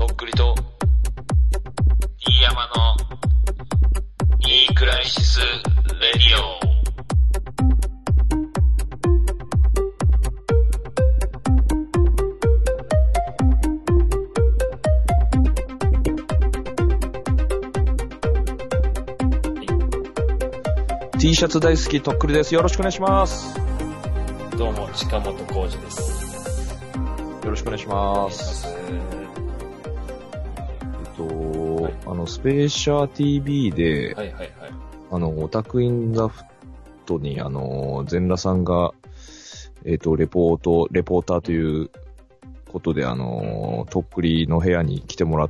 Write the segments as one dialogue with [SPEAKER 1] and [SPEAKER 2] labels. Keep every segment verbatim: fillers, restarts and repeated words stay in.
[SPEAKER 1] とっくりと飯山のいいクライシスレディオ。T シャツ大好きとっくりです。よろしくお願いします。
[SPEAKER 2] どうも近本浩二です。
[SPEAKER 1] よろしくお願いします。えっと、はい、あのスペーシャー ティーブイ で、はいはいはい、あのオタクインザフットにあの全裸さんがえっとレポートレポーターということであの、うん、とっくりの部屋に来てもらって、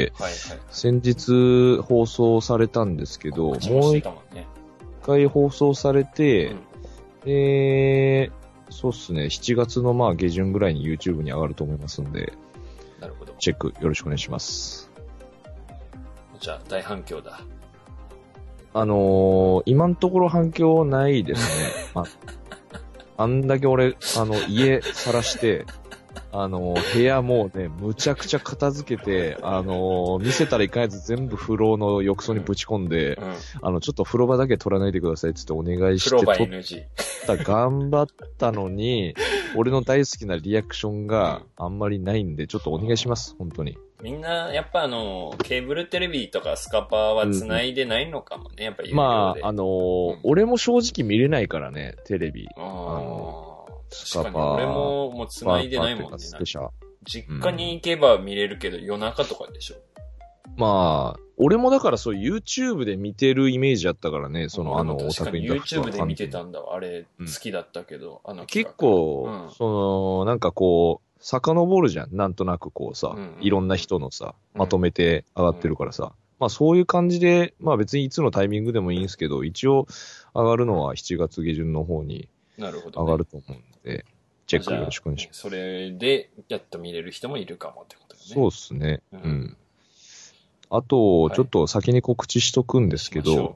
[SPEAKER 1] はいはい、先日放送されたんですけど、もう一回放送されて、うん、で、そうっすね、しちがつのまあ下旬ぐらいに YouTube に上がると思いますんで、
[SPEAKER 2] なるほど。
[SPEAKER 1] チェックよろしくお願いします。
[SPEAKER 2] じゃあ大反響だ。
[SPEAKER 1] あのー、今のところ反響ないですね。あ, あんだけ俺、あの、家晒して、あの、部屋もうね、むちゃくちゃ片付けて、あの、見せたらいかんやつ全部風呂の浴槽にぶち込んで、うんうん、あの、ちょっと風呂場だけ取らないでくださいって言ってお願いして、
[SPEAKER 2] 風呂場 エヌジー。
[SPEAKER 1] 取った、頑張ったのに、俺の大好きなリアクションがあんまりないんで、ちょっとお願いします、本当に。
[SPEAKER 2] みんな、やっぱあの、ケーブルテレビとかスカパーは繋いでないのかもね、うん、やっぱ有料で。
[SPEAKER 1] まあ、あのーうん、俺も正直見れないからね、テレビ。
[SPEAKER 2] あの確かに俺ももう繋いでないもんね。実家に行けば見れるけど、うん、夜中とかでしょ。
[SPEAKER 1] まあ、俺もだからそう YouTube で見てるイメージあったからね、そのあのオタクインザフット。
[SPEAKER 2] YouTube で見てたんだわ。あれ好きだったけど、うん、あの
[SPEAKER 1] 結構、うん、そのなんかこう遡るじゃん。なんとなくこうさ、うんうん、いろんな人のさまとめて上がってるからさ、うんうん、まあそういう感じで、まあ別にいつのタイミングでもいいんですけど、一応上がるのはしちがつ下旬の方に上がると思うんで、チェックよろしくお願いします。
[SPEAKER 2] それでやっと見れる人もいるかもってことだね。
[SPEAKER 1] そうですね。うん。うん、あと、ちょっと先に告知しとくんですけど、はい、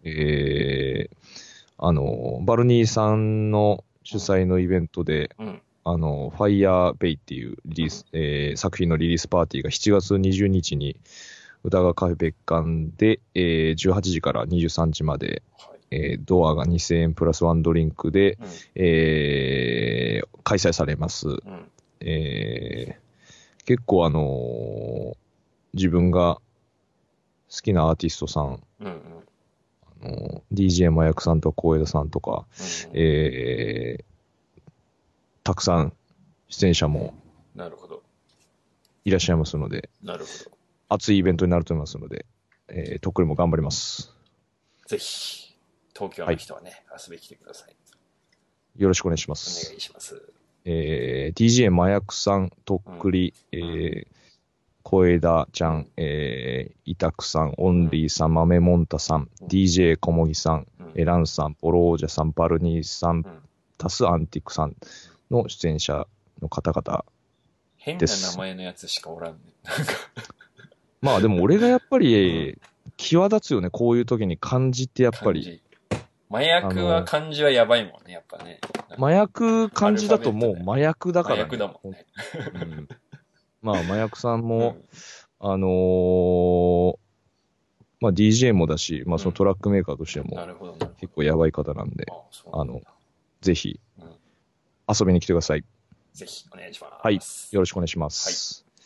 [SPEAKER 1] えー、あの、バルニーさんの主催のイベントで、うん、あの、ファイヤーベイっていうリリース、うん、えー、作品のリリースパーティーがしちがつにじゅうにちに、歌川カフェ別館で、えー、じゅうはちじからにじゅうさんじまで、はいえー、ドアがにせんえんプラスワンドリンクで、うんえー、開催されます、うんえー。結構あのー、自分が好きなアーティストさん、うんうん、あの ディージェー 麻薬さんと小枝さんとか、うんうんえー、たくさん出演者もいらっしゃいますので、
[SPEAKER 2] なるほど
[SPEAKER 1] 熱いイベントになると思いますので、えー、とっくりも頑張ります。
[SPEAKER 2] ぜひ東京の人はね、はい、遊びに来てください。
[SPEAKER 1] よろしくお願いします。
[SPEAKER 2] お願いします。
[SPEAKER 1] えー、ディージェー 麻薬さん、とっくり、うん、えー、小枝ちゃん、えー、イタクさん、オンリーさん、豆もんたさん、うん、ディージェー 小麦さん、うん、エランさん、ポロージャさん、バルニーさん、うん、タスアンティックさんの出演者の方々です。
[SPEAKER 2] 変な名前のやつしかおらんね。
[SPEAKER 1] まあでも俺がやっぱり、うん、際立つよね、こういう時に漢字ってやっぱり。
[SPEAKER 2] 麻薬は漢字はやばいもんね、やっぱね。
[SPEAKER 1] 麻薬漢字だともう麻薬だからね。
[SPEAKER 2] 麻薬だもんね。
[SPEAKER 1] うん、まあ麻薬さんも、うん、あのー、まあ ディージェー もだし、まあそのトラックメーカーとしても、結構やばい方なんで、うん、あの、ぜひ、遊びに来てください。
[SPEAKER 2] ぜひお願いします。
[SPEAKER 1] はい。よろしくお願いします。はい、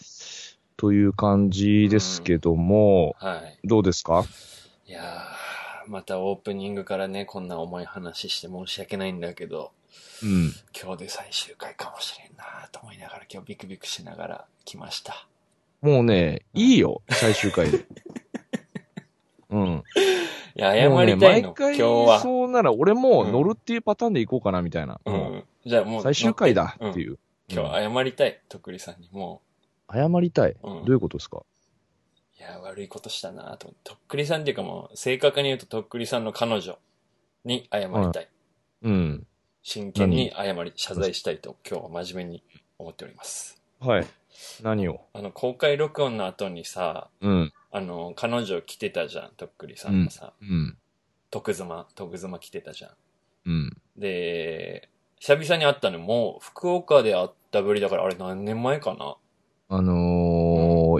[SPEAKER 1] という感じですけども、うんはい、どうですか？
[SPEAKER 2] いやー、またオープニングからね、こんな重い話して申し訳ないんだけど、うん、今日で最終回かもしれんなと思いながら、今日ビクビクしながら来ました。
[SPEAKER 1] もうね、いいよ、うん、最終回で。うん。
[SPEAKER 2] いや、謝りたいの、ね、今日は。
[SPEAKER 1] そうなら俺も乗るっていうパターンでいこうかなみたいな。
[SPEAKER 2] うん。うん、じゃあもう。
[SPEAKER 1] 最終回だっていう。うん、
[SPEAKER 2] 今日謝りたい、とっくりさんにも
[SPEAKER 1] う。謝りたい、うん、どういうことですか？
[SPEAKER 2] いや、悪いことしたなと。とっくりさんっていうかもう、正確に言うととっくりさんの彼女に謝りたい。
[SPEAKER 1] うん。うん、
[SPEAKER 2] 真剣に謝り、謝罪したいと今日は真面目に思っております。
[SPEAKER 1] はい。何を？
[SPEAKER 2] あの、公開録音の後にさ、うん。あの、彼女来てたじゃん、とっくりさんがさ。うん。うん、徳妻、徳妻来てたじゃん。うん。で、久々に会ったのも、福岡で会ったぶりだから、あれ何年前かな？
[SPEAKER 1] あのー、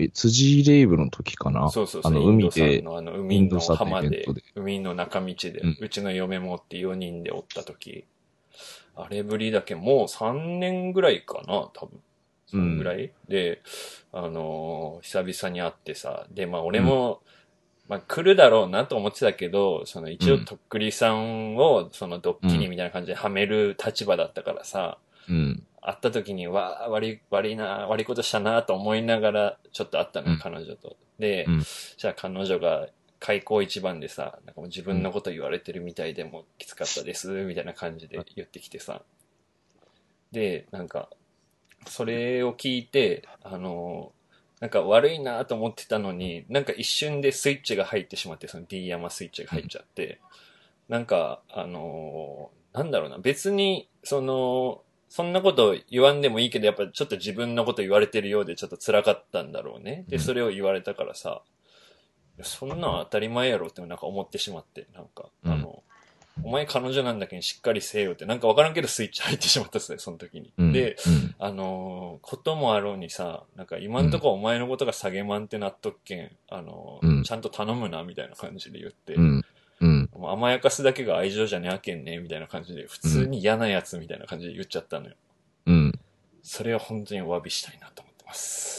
[SPEAKER 1] 辻レイブの時かな。
[SPEAKER 2] そうそうそう。
[SPEAKER 1] あの、海で、
[SPEAKER 2] あの海の浜で、海の中道で、うん、うちの嫁もってよにんでおった時、あれぶりだけもうさんねんぐらいかな、多分。そんぐらい、うん、で、あのー、久々に会ってさ、で、まあ俺も、うん、まあ来るだろうなと思ってたけど、その一応とっくりさんをそのドッキリみたいな感じではめる立場だったからさ、うん、会った時に、わあ、悪い、悪いな、悪いことしたなと思いながら、ちょっと会ったのよ、うん、彼女と。で、うん、じゃあ彼女が開口一番でさ、なんかもう自分のこと言われてるみたいでもきつかったです、みたいな感じで言ってきてさ。で、なんか、それを聞いて、あの、なんか悪いなと思ってたのに、なんか一瞬でスイッチが入ってしまって、その D 山スイッチが入っちゃって、うん、なんか、あの、なんだろうな、別に、その、そんなこと言わんでもいいけど、やっぱちょっと自分のこと言われてるようでちょっと辛かったんだろうね。で、それを言われたからさ、そんなん当たり前やろってなんか思ってしまって、なんか、うん、あの、お前彼女なんだけどしっかりせえよって、なんかわからんけどスイッチ入ってしまったっすね、その時に。うん、で、うん、あのー、こともあろうにさ、なんか今んとこお前のことが下げまんってなっとっけん、あのー、うん、ちゃんと頼むな、みたいな感じで言って、うんうん、もう甘やかすだけが愛情じゃねあけんね、みたいな感じで、普通に嫌なやつみたいな感じで言っちゃったのよ。うん。それは本当にお詫びしたいなと思ってます。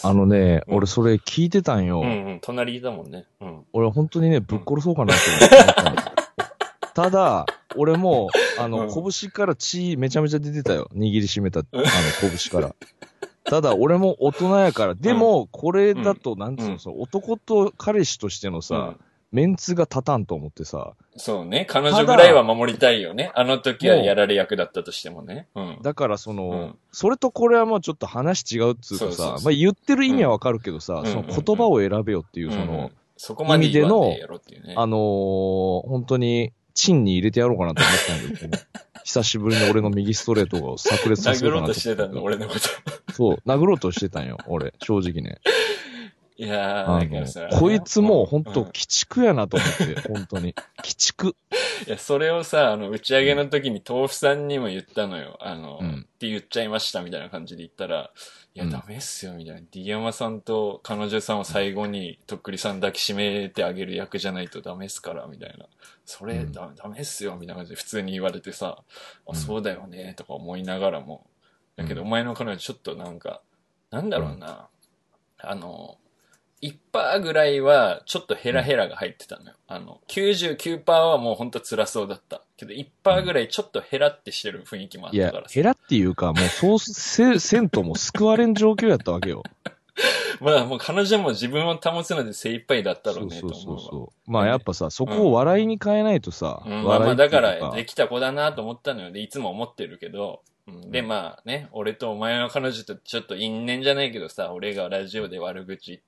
[SPEAKER 1] あのね、うん、俺それ聞いてたんよ。
[SPEAKER 2] うんうん、隣だもんね。うん。
[SPEAKER 1] 俺本当にね、ぶっ殺そうかなって思ったんだ、うんただ、俺も、あの、うん、拳から血めちゃめちゃ出てたよ。握りしめた、あの、拳から。ただ、俺も大人やから、でも、これだと、なんつうの、その男と彼氏としてのさ、うん、メンツが立たんと思ってさ。
[SPEAKER 2] そうね。彼女ぐらいは守りたいよね。あの時はやられ役だったとしてもね。うん、
[SPEAKER 1] だからその、うん、それとこれはもうちょっと話違うっつうかさ、そうそうそうまあ言ってる意味はわかるけどさ、うん、その言葉を選べよっていう、その、うんうん、
[SPEAKER 2] そこまで言わんでやろっていうね。
[SPEAKER 1] あのー、本当に、チンに入れてやろうかなと思ったんだけど、久しぶりに俺の右ストレートを炸裂させようかなと。
[SPEAKER 2] 殴ろうとしてたんだ、俺のこと。
[SPEAKER 1] そう、殴ろうとしてたんよ、俺、正直ね。
[SPEAKER 2] いやー、だからさ。
[SPEAKER 1] こいつもうほんと、鬼畜やなと思って、本当に。鬼畜。
[SPEAKER 2] いや、それをさ、あの、打ち上げの時に豆腐さんにも言ったのよ。あの、うん、って言っちゃいましたみたいな感じで言ったら、いや、ダメっすよ、みたいな。D 山さんと彼女さんを最後に、とっくりさん抱きしめてあげる役じゃないとダメっすから、みたいな。それ、うん、ダメっすよ、みたいな感じで普通に言われてさ、あ、そうだよね、とか思いながらも。だけど、お前の彼女ちょっとなんか、なんだろうな。あの、いちパーセント ぐらいは、ちょっとヘラヘラが入ってたのよ。あの、きゅうじゅうきゅうパーセント はもうほんと辛そうだった。けどいちパーセント ぐらいちょっとヘラってしてる雰囲気もあったからさ。いや、
[SPEAKER 1] ヘラっていうか、もうそうせ、せんとも救われん状況やったわけよ。
[SPEAKER 2] まあもう彼女も自分を保つので精一杯だったろうねと思うわ。そうそうそ
[SPEAKER 1] う。まあやっぱさ、そこを笑いに変えないとさ。
[SPEAKER 2] うん、まあまあだからできた子だなと思ったのよ。で、いつも思ってるけど。うん、で、まあね、俺とお前の彼女とちょっと因縁じゃないけどさ、俺がラジオで悪口言って、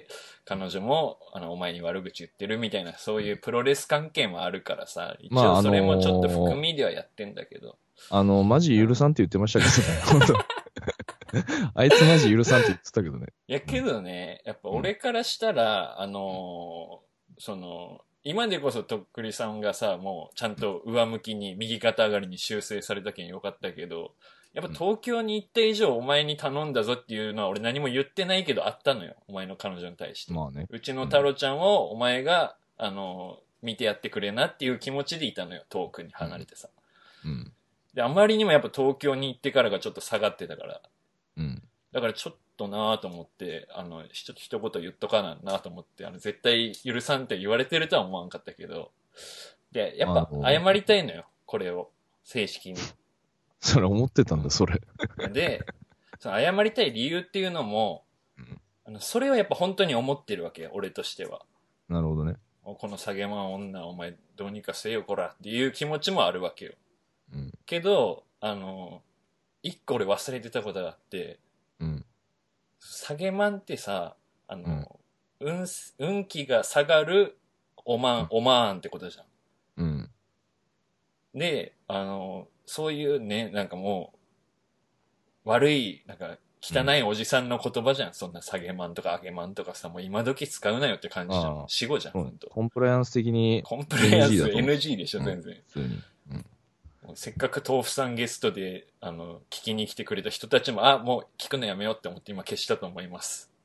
[SPEAKER 2] 彼女も、あの、お前に悪口言ってるみたいな、そういうプロレス関係もあるからさ、一応それもちょっと含みではやってんだけど。
[SPEAKER 1] あの、マジ許さんって言ってましたけどね。あいつマジ許さんって言ってたけどね。
[SPEAKER 2] いや、けどね、やっぱ俺からしたら、うん、あのー、その、今でこそとっくりさんがさ、もうちゃんと上向きに右肩上がりに修正されたけんよかったけど、やっぱ東京に行った以上お前に頼んだぞっていうのは俺何も言ってないけどあったのよ。お前の彼女に対して。
[SPEAKER 1] まあね。
[SPEAKER 2] うちの太郎ちゃんをお前が、あの、見てやってくれなっていう気持ちでいたのよ。遠くに離れてさ。うん。うん、で、あまりにもやっぱ東京に行ってからがちょっと下がってたから。うん。だからちょっとなぁと思って、あの、ひと一言言っとかななと思って、あの、絶対許さんって言われてるとは思わんかったけど、で、やっぱ謝りたいのよ、これを。正式に。
[SPEAKER 1] それ思ってたんだ、それ。
[SPEAKER 2] で、その謝りたい理由っていうのも、うん、あの、それはやっぱ本当に思ってるわけよ、俺としては。
[SPEAKER 1] なるほどね。
[SPEAKER 2] この下げまん女、お前どうにかせよ、こらっていう気持ちもあるわけよ。うん、けど、あの、一個俺忘れてたことがあって、うん、下げまんってさ、あの、うん、運気が下がるおまん、うん、おまーんってことじゃん。うん。で、あの、そういうね、なんかもう、悪い、なんか、汚いおじさんの言葉じゃん。うん、そんな下げまんとか上げまんとかさ、もう今時使うなよって感じじゃん。死後じゃん、ほんと。
[SPEAKER 1] コンプライアンス的に。
[SPEAKER 2] コンプライアンス エヌジー でしょ、全然。普通に。うん、せっかく豆腐さんゲストで、あの、聞きに来てくれた人たちも、あ、もう聞くのやめようって思って今消したと思います。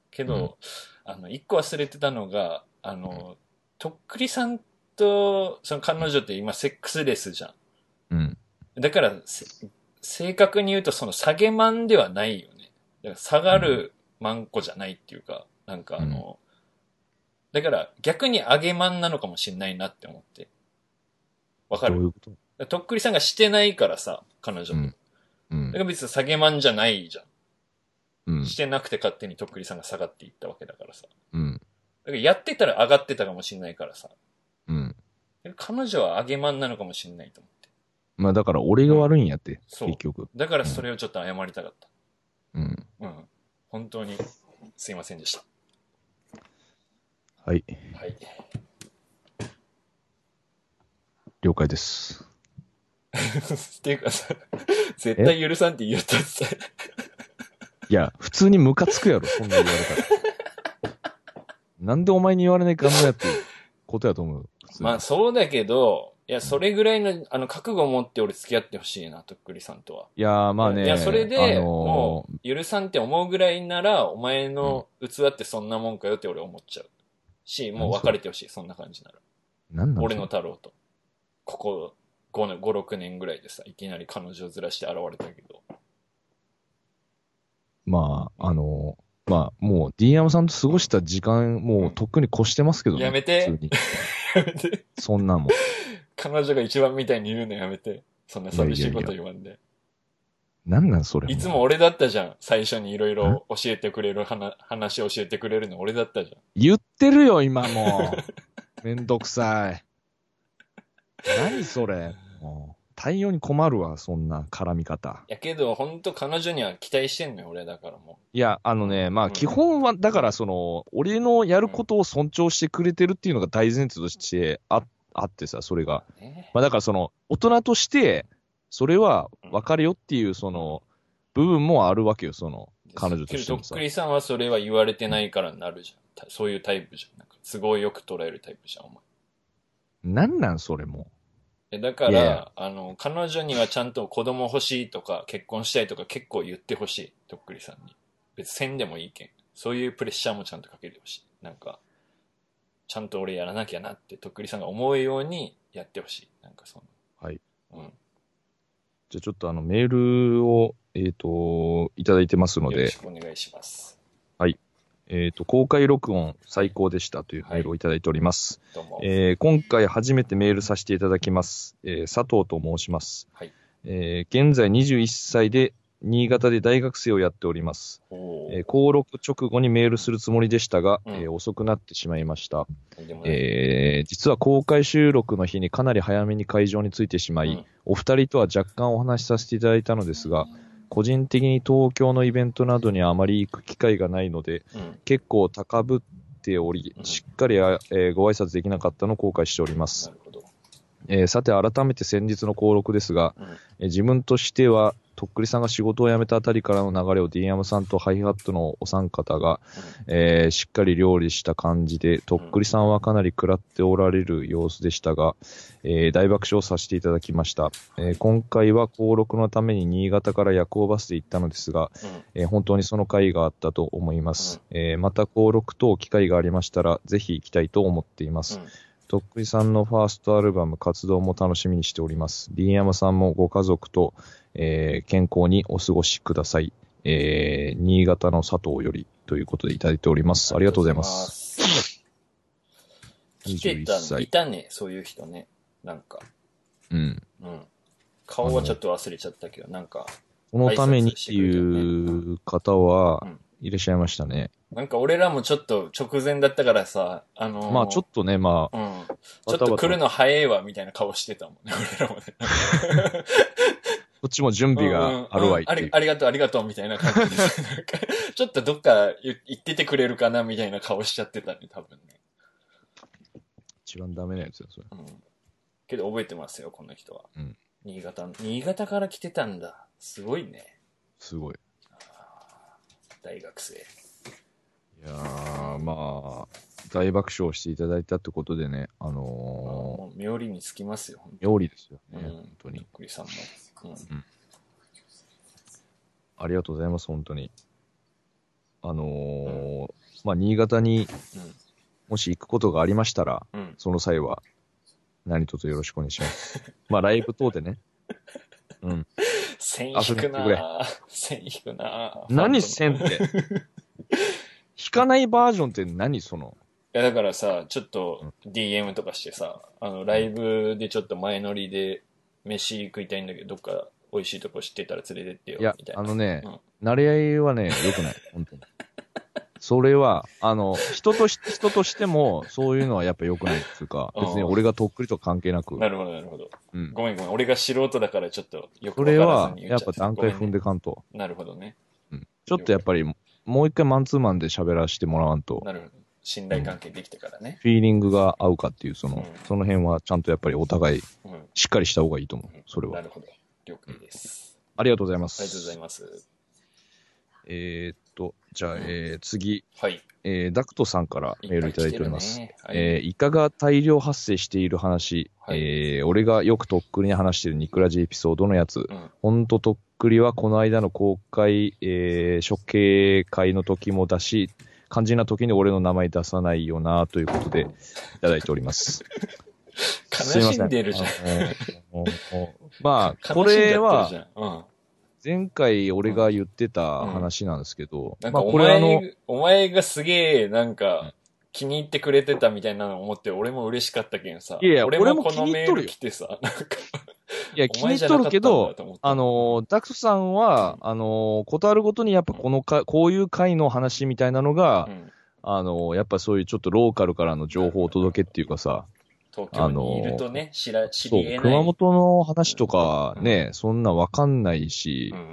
[SPEAKER 2] けど、うん、あの、一個忘れてたのが、あの、とっくりさんと、その彼女って今セックスレスじゃん。
[SPEAKER 1] うん。
[SPEAKER 2] だから、正確に言うとその下げマンではないよね。だから下がるマンコじゃないっていうか、なんかあの、うん、だから逆に上げマンなのかもしれないなって思って。わかる？どういうこと？とっくりさんがしてないからさ、彼女と。うんうん、だから別に下げマンじゃないじゃん。うん、してなくて勝手にとっくりさんが下がっていったわけだからさ。うん、だからやってたら上がってたかもしれないからさ。うん、彼女は上げマンなのかもしれないと思って。
[SPEAKER 1] まあだから俺が悪いんやって、うん、結局。
[SPEAKER 2] だからそれをちょっと謝りたかった。うん。うん。本当にすいませんでした。
[SPEAKER 1] はい。
[SPEAKER 2] はい。
[SPEAKER 1] 了解です。
[SPEAKER 2] っていうかさ、絶対許さんって言ったってさ。
[SPEAKER 1] いや、普通にムカつくやろ、そんな言われたら。なんでお前に言われないかんのやってことやと思う。
[SPEAKER 2] まあそうだけど、いや、それぐらいの、あの、覚悟を持って俺付き合ってほしいな、とっくりさんとは。
[SPEAKER 1] いや、まあね。
[SPEAKER 2] いや、それで、あのー、もう、許さんって思うぐらいなら、お前の器ってそんなもんかよって俺思っちゃう。し、もう別れてほしい、そんな感じなら。
[SPEAKER 1] なんなん
[SPEAKER 2] 俺の太郎と。ここご、ご、ろくねんぐらいでさ、いきなり彼女ずらして現れたけど。
[SPEAKER 1] まあ、あのー、まあ、もう ディーエム さんと過ごした時間、もうとっくに越してますけどね。
[SPEAKER 2] やめて。
[SPEAKER 1] 普通に。やめて。そんなんもん。
[SPEAKER 2] 彼女が一番みたいに言うのやめて。そんな寂しいこと言わんで。いやいやいや、
[SPEAKER 1] なんなんそれ。
[SPEAKER 2] いつも俺だったじゃん。最初にいろいろ教えてくれる話、話教えてくれるの俺だったじゃん。
[SPEAKER 1] 言ってるよ、今もう。めんどくさい。何それ。もう対応に困るわ、そんな絡み方。
[SPEAKER 2] やけど、ほんと彼女には期待してんのよ、俺だからもう。
[SPEAKER 1] いや、あのね、まあ、うん、基本は、だからその、俺のやることを尊重してくれてるっていうのが大前提としてあ、あってさ、それが。まあ、だからその、大人として、それは分かるよっていう、その、部分もあるわけよ、その、彼女としてもさ。
[SPEAKER 2] とっくりさんはそれは言われてないからなるじゃん。そういうタイプじゃん。なんか都合よく捉えるタイプじゃん、お前。
[SPEAKER 1] なんなん、それも。
[SPEAKER 2] だから、いやいやあの、彼女にはちゃんと子供欲しいとか、結婚したいとか結構言ってほしい。とっくりさんに。別にせんでもいいけん。そういうプレッシャーもちゃんとかけてほしい。なんか、ちゃんと俺やらなきゃなって、とっくりさんが思うようにやってほしい。なんかその。
[SPEAKER 1] はい。
[SPEAKER 2] うん。
[SPEAKER 1] じゃあちょっとあの、メールを、えっと、いただいてますので。よ
[SPEAKER 2] ろしくお願いします。
[SPEAKER 1] はい。えっと、公開録音最高でしたというメールをいただいております。はい、どうも。えー、今回初めてメールさせていただきます。えー、佐藤と申します。はい。えー、現在にじゅういっさいで、新潟で大学生をやっております。えー、登録直後にメールするつもりでしたが、うん、えー、遅くなってしまいました。えー、実は公開収録の日にかなり早めに会場に着いてしまい、うん、お二人とは若干お話しさせていただいたのですが、個人的に東京のイベントなどにはあまり行く機会がないので、うん、結構高ぶっており、しっかり、えー、ご挨拶できなかったのを後悔しております。なるほど。えー、さて改めて先日の登録ですが、うん、えー、自分としてはとっくりさんが仕事を辞めたあたりからの流れを ディーエム さんとハイハットのお三方が、うん、えー、しっかり料理した感じで、とっくりさんはかなり食らっておられる様子でしたが、えー、大爆笑させていただきました、えー。今回は登録のために新潟から夜行バスで行ったのですが、うん、えー、本当にその会があったと思います。うん、えー、また登録等機会がありましたら、ぜひ行きたいと思っています。うん、とっくりさんのファーストアルバム活動も楽しみにしております。ディーエム さんもご家族と、えー、健康にお過ごしください。えー、新潟の佐藤よりということでいただいております。ありがとうございます。
[SPEAKER 2] 来てた、いたね、そういう人ね。なんか。うん。うん。顔はちょっと忘れちゃったけど、なんか。
[SPEAKER 1] このためにっていう方はいらっしゃいましたね。
[SPEAKER 2] なんか俺らもちょっと直前だったからさ、あのー、
[SPEAKER 1] まあちょっとね、まあ。うん。
[SPEAKER 2] ちょっと来るの早いわ、みたいな顔してたもんね、俺らもね。
[SPEAKER 1] こっちも準備があるわいっていう、うんうん、
[SPEAKER 2] あり。ありがとう、ありがとう、みたいな感じで。ちょっとどっか行っててくれるかな、みたいな顔しちゃってたね、多分ね。
[SPEAKER 1] 一番ダメなやつだ、それ。うん。
[SPEAKER 2] けど覚えてますよ、この人は。うん。新潟、新潟から来てたんだ。すごいね。
[SPEAKER 1] すごい。
[SPEAKER 2] 大学生。い
[SPEAKER 1] やー、まあ、大爆笑していただいたってことでね、あのー、
[SPEAKER 2] もう妙理につきますよ、
[SPEAKER 1] 妙理ですよね、うん、本当に。
[SPEAKER 2] とっくりさんも、うんうん。
[SPEAKER 1] ありがとうございます、本当に。 あのーうん、まあ、新潟に、もし行くことがありましたら、うん、その際は、何卒よろしくお願いします。まあ、ライブ等でね。うん。
[SPEAKER 2] 線引くなぁ。線引くなぁ。
[SPEAKER 1] 何線って。引かないバージョンって何その。
[SPEAKER 2] いや、だからさ、ちょっと ディーエム とかしてさ、あの、ライブでちょっと前乗りで飯食いたいんだけど、どっか美味しいとこ知ってたら連れてってよ、みたいな。
[SPEAKER 1] いや、あのね、うん、慣れ合いはね、良くない。本当に。それは、あの、人とし、人としても、そういうのはやっぱ良くないっていうか、別に俺がとっくりと関係なく。
[SPEAKER 2] なるほど、なるほど。うん。ごめんごめん。俺が素人だからちょっとよくわからずに
[SPEAKER 1] 言っちゃった。それは、やっぱ段階踏んでかんと。
[SPEAKER 2] ね、なるほどね。
[SPEAKER 1] うん。ちょっとやっぱり、もう一回マンツーマンで喋らせてもらわんと。
[SPEAKER 2] なるほど。信頼関係できてからね。
[SPEAKER 1] うん、フィーリングが合うかっていう、その、うん、その辺はちゃんとやっぱりお互い、しっかりした方がいいと思う。うん、それは。
[SPEAKER 2] なるほど。了解です。
[SPEAKER 1] ありがとうございます。
[SPEAKER 2] ありがとうございます。
[SPEAKER 1] えー、っと、じゃあ、えー、次。
[SPEAKER 2] はい。
[SPEAKER 1] えー、ダクトさんからメールいただいております。ね、はい、えー、イカが大量発生している話、はい、えー、俺がよくとっくりに話しているニクラジエピソードのやつ、うん、ほんととっくりはこの間の公開、えー、処刑会の時もだし、肝心な時に俺の名前出さないよな、ということでいただいております。
[SPEAKER 2] 悲しんでるじゃん。
[SPEAKER 1] まあ、これは、前回俺が言ってた話なんですけど、
[SPEAKER 2] うん、なんかお前、まあ、これあのお前がすげえなんか気に入ってくれてたみたいなの思って俺も嬉しかったけんさ。
[SPEAKER 1] いやいや、
[SPEAKER 2] 俺もこのメール来てさ、なんか
[SPEAKER 1] いや、気に入っとるけど、あの、ダクトさんは、うん、あの、ことあるごとにやっぱこのか、こういう回の話みたいなのが、うん、あの、やっぱそういうちょっとローカルからの情報を届けっていうかさ、
[SPEAKER 2] 東京にいるとね、知ら、知り得ない。
[SPEAKER 1] そう、熊本の話とかね、うん、そんなわかんないし、うんうんうん、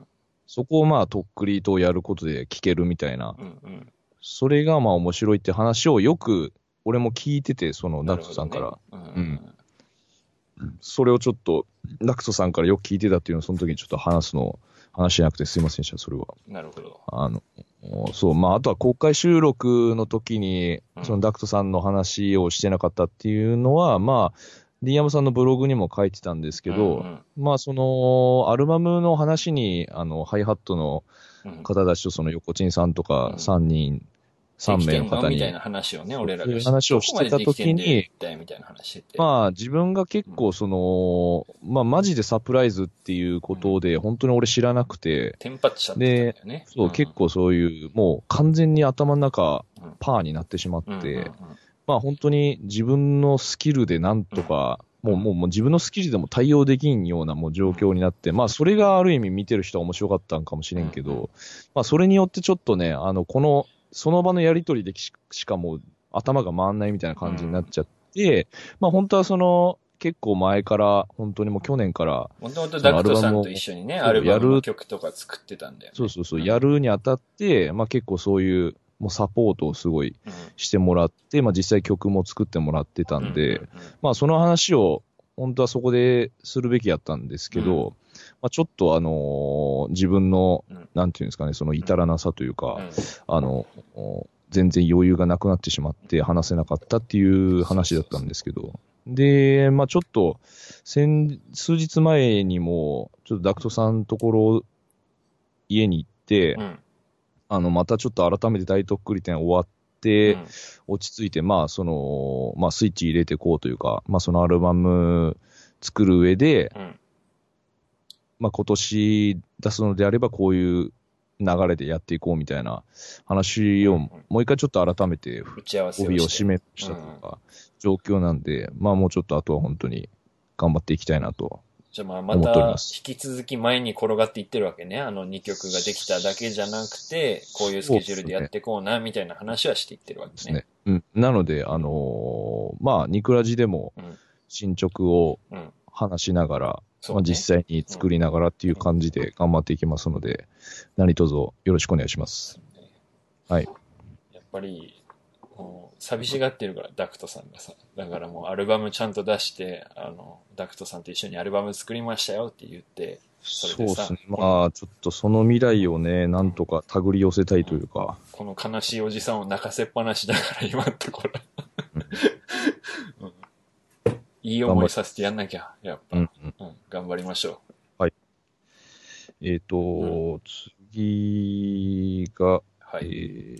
[SPEAKER 1] そこをまあ、とっくりとやることで聞けるみたいな、うんうん、それがまあ面白いって話をよく、俺も聞いてて、そのダクトさんから。ね、うんうんうん、それをちょっと、ダクトさんからよく聞いてたっていうのを、その時にちょっと話すの、話しなくてすいませんでした、それは。
[SPEAKER 2] なるほど。
[SPEAKER 1] あの、そう、まあ、あとは公開収録の時に、そのダクトさんの話をしてなかったっていうのは、うん、まあ、ディーエムさんのブログにも書いてたんですけど、うんうん、まあ、その、アルバムの話に、あの、ハイハットの方たちと、その横チンさんとかさんにん、うんさんめいの方に。
[SPEAKER 2] みたいな話をね、俺らが。
[SPEAKER 1] そういう話をしてた時に、まあ自分が結構その、うん、まあマジでサプライズっていうことで、本当に俺知らなくて。
[SPEAKER 2] テンパっちゃってたんだよね。
[SPEAKER 1] で、そう、うん、結構そういう、もう完全に頭の中、パーになってしまって、うんうんうんうん、まあ本当に自分のスキルでなんとか、うん、もうもうもう自分のスキルでも対応できんようなもう状況になって、まあそれがある意味見てる人は面白かったんかもしれんけど、うんうん、まあそれによってちょっとね、あの、この、その場のやりとりでしかもう頭が回んないみたいな感じになっちゃって、うん、まあ本当はその結構前から本当にもう去年から
[SPEAKER 2] もともとダクトさんと一緒にねアルバムの曲とか作ってたんだよね。
[SPEAKER 1] そうそうそう、うん、やるにあたってまあ結構そういうもうサポートをすごいしてもらって、うん、まあ実際曲も作ってもらってたんで、うんうんうん、まあその話を本当はそこでするべきやったんですけど、うんまあ、ちょっとあのー、自分の、うん、なんていうんですかね、その至らなさというか、うん、あの、全然余裕がなくなってしまって話せなかったっていう話だったんですけど、で、まあちょっと、先、数日前にも、ちょっとダクトさんのところ、家に行って、うん、あの、またちょっと改めて大とっくり展終わって、うん、落ち着いて、まあその、まあスイッチ入れてこうというか、まあそのアルバム作る上で、うんまあ、今年出すのであればこういう流れでやっていこうみたいな話をもう一回ちょっと改めて帯を締めしたというか状況なんで、まあもうちょっとあとは本当に頑張っていきたいなと
[SPEAKER 2] じゃあまあまた引き続き前に転がっていってるわけね。あのにきょくができただけじゃなくて、こういうスケジュールでやっていこうなみたいな話はしていってるわけね。ですね。
[SPEAKER 1] うん。なので、あのー、まあ、ニクラジでも進捗を話しながら、うんまあ、実際に作りながらっていう感じで頑張っていきますので、何卒よろしくお願いします。はい。
[SPEAKER 2] やっぱり、もう寂しがってるから、ダクトさんがさ。だからもうアルバムちゃんと出して、あの、ダクトさんと一緒にアルバム作りましたよって言って、
[SPEAKER 1] それでさ。そうですね。まあ、ちょっとその未来をね、なんとか手繰り寄せたいというか。
[SPEAKER 2] この悲しいおじさんを泣かせっぱなしだから今のところ。うんいい思いさせてやんなきゃ、やっぱ。うんうんうん、頑張りましょ
[SPEAKER 1] う。はい。えっ、ー、と、うん、次が、
[SPEAKER 2] ははい。
[SPEAKER 1] えー、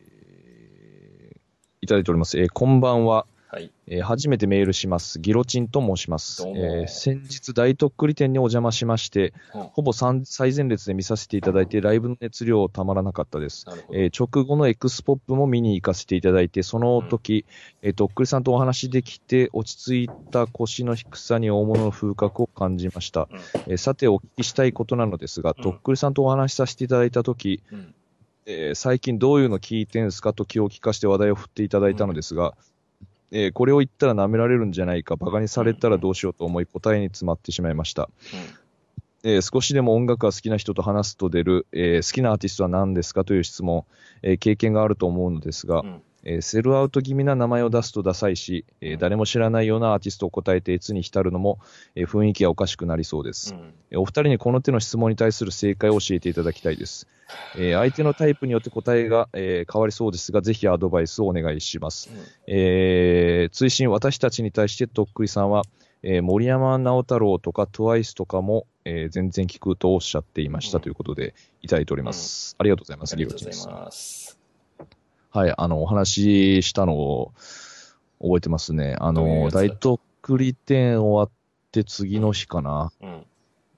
[SPEAKER 1] いただいております。えー、こんばんは。
[SPEAKER 2] はい。
[SPEAKER 1] えー、初めてメールします。ギロチンと申します。
[SPEAKER 2] どうも、
[SPEAKER 1] えー、先日大とっくり店にお邪魔しまして、
[SPEAKER 2] うん、
[SPEAKER 1] ほぼ最前列で見させていただいて、ライブの熱量たまらなかったです。えー、直後のエクスポップも見に行かせていただいて、その時、うん、えー、とっくりさんとお話できて、落ち着いた腰の低さに大物の風格を感じました。うん、えー、さてお聞きしたいことなのですが、うん、とっくりさんとお話しさせていただいた時、うんえー、最近どういうの聞いてんすかと気を利かして話題を振っていただいたのですが、うんえー、これを言ったら舐められるんじゃないか、バカにされたらどうしようと思い答えに詰まってしまいました。うんえー、少しでも音楽が好きな人と話すと出る、えー、好きなアーティストは何ですかという質問、えー、経験があると思うのですが、うんえー、セルアウト気味な名前を出すとダサいし、えー、誰も知らないようなアーティストを答えて越に浸るのも、えー、雰囲気がおかしくなりそうです、うんえー。お二人にこの手の質問に対する正解を教えていただきたいです。えー、相手のタイプによって答えが、えー、変わりそうですが、ぜひアドバイスをお願いします。うんえー、追伸私たちに対してとっくりさんは、えー、森山直太朗とかトゥワイスとかも、えー、全然聞くとおっしゃっていました、うん、ということでいただいております。うん、ありがとうございます。
[SPEAKER 2] ありがとうございます。
[SPEAKER 1] はい、あの、お話ししたのを覚えてますね。あの、大とっくり店終わって次の日かな。うん、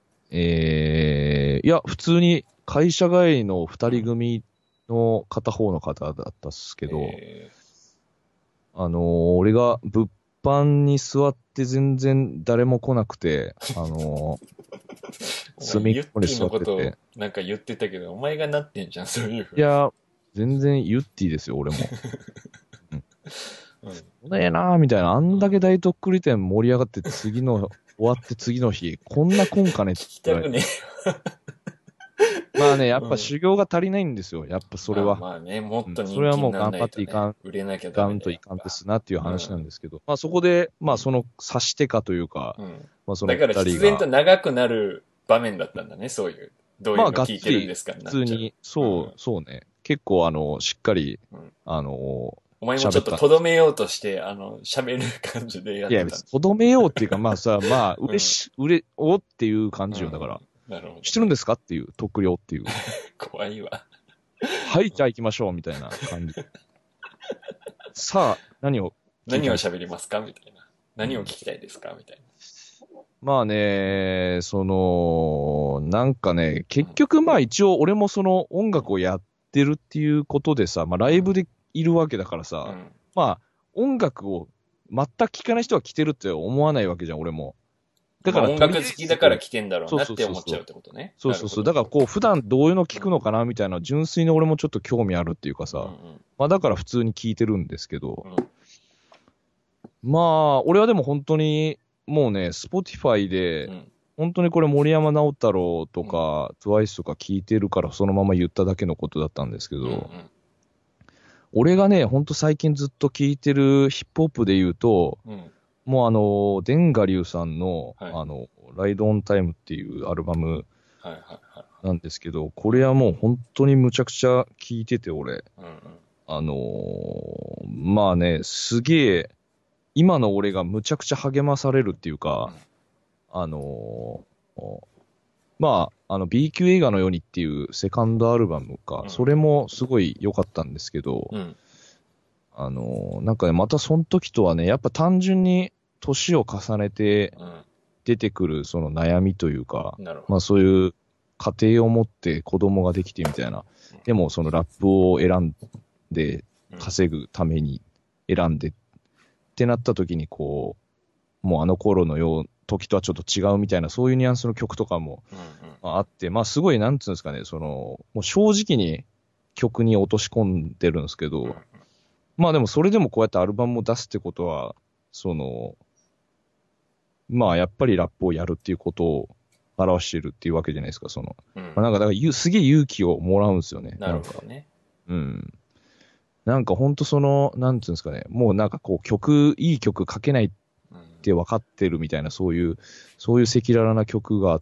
[SPEAKER 1] えー、いや、普通に会社帰りの二人組の片方の方だったっすけど、えー、あの、俺が物販に座って全然誰も来なくて、あの、
[SPEAKER 2] 隅っこに座ってて。ユッティのことをなんか言ってたけど、お前がなってんじゃん、そういうふうに。
[SPEAKER 1] いや、全然ユッティですよ、俺も。うんうん、ねえなーみたいな、あんだけ大とっくり店盛り上がって次の、終わって次の日、こんなこんかねって言ったら。
[SPEAKER 2] 聞きたくね
[SPEAKER 1] まあね、やっぱ修行が足りないんですよ、やっぱそれは。
[SPEAKER 2] まあ、まあね、もっと人気にならないと、ね、
[SPEAKER 1] それはもう頑張っていかん、
[SPEAKER 2] 売れなきゃ
[SPEAKER 1] いかんといかんですなっていう話なんですけど、うん、まあそこで、まあその察してかというか、うん、まあその二人が。
[SPEAKER 2] だから必然と長くなる場面だったんだね、そういう。どういうの聞いてるんですか、
[SPEAKER 1] まあ、普通に、そう、うん、そうね。結構あの、しっかり、うん、あの、
[SPEAKER 2] お前もちょっととどめようとして、あの、喋る感じでやってた。
[SPEAKER 1] いや、別にとどめようっていうか、まあさ、まあ、嬉し、うん、売れ、おっていう感じよ、だから。うん、なるほど。知ってるんですかっていう、とっくりおっていう。
[SPEAKER 2] 怖いわ。
[SPEAKER 1] はい、じゃあ行きましょう、みたいな感じ。さあ、何を
[SPEAKER 2] 何を喋りますかみたいな。何を聞きたいですかみたいな。
[SPEAKER 1] まあね、その、なんかね、結局まあ一応俺もその音楽をやってるっていうことでさ、まあライブでいるわけだからさ、うん、まあ音楽を全く聴かない人は来てるって思わないわけじゃん、俺も。
[SPEAKER 2] だから、まあ、音楽好きだから来てんだろうなって思っちゃうってことね。
[SPEAKER 1] そうそうそう。だからこう普段どういうの聞くのかなみたいな、純粋に俺もちょっと興味あるっていうかさ、うんうん、まあだから普通に聞いてるんですけど、うん、まあ俺はでも本当にもうね、Spotify で、うん、本当にこれ森山直太朗とか、トゥワイスとか聞いてるからそのまま言っただけのことだったんですけど、うんうん、俺がね、本当最近ずっと聞いてるヒップホップで言うと、うん、もうあの、デンガリュウさんの、はい、あの、ライドオンタイムっていうアルバムなんですけど、これはもう本当にむちゃくちゃ聞いてて、俺。うんうん、あのー、まあね、すげえ、今の俺がむちゃくちゃ励まされるっていうか、うん、あのー、まあ、あの B 級映画のようにっていうセカンドアルバムか、うん、それもすごい良かったんですけど、うん、あのー、なんかね、またその時とはね、やっぱ単純に年を重ねて出てくるその悩みというか、うん、まあそういう家庭を持って子供ができてみたいな、うん、でもそのラップを選んで稼ぐために選んで、ってなった時にこう、もうあの頃のよう、時とはちょっと違うみたいな、そういうニュアンスの曲とかもあって、うんうん、まあすごい、なんつうんですかね、その、もう正直に曲に落とし込んでるんですけど、うんうん、まあでもそれでもこうやってアルバムを出すってことは、その、まあやっぱりラップをやるっていうことを表してるっていうわけじゃないですか、その。うん、まあ、なんかだからすげえ勇気をもらうんですよね。
[SPEAKER 2] なるほどね。
[SPEAKER 1] うん。なんかほんとその、なんつうんですかね、もうなんかこう曲、いい曲書けないって分かってるみたいな、そういう、そういう赤裸々な曲があって、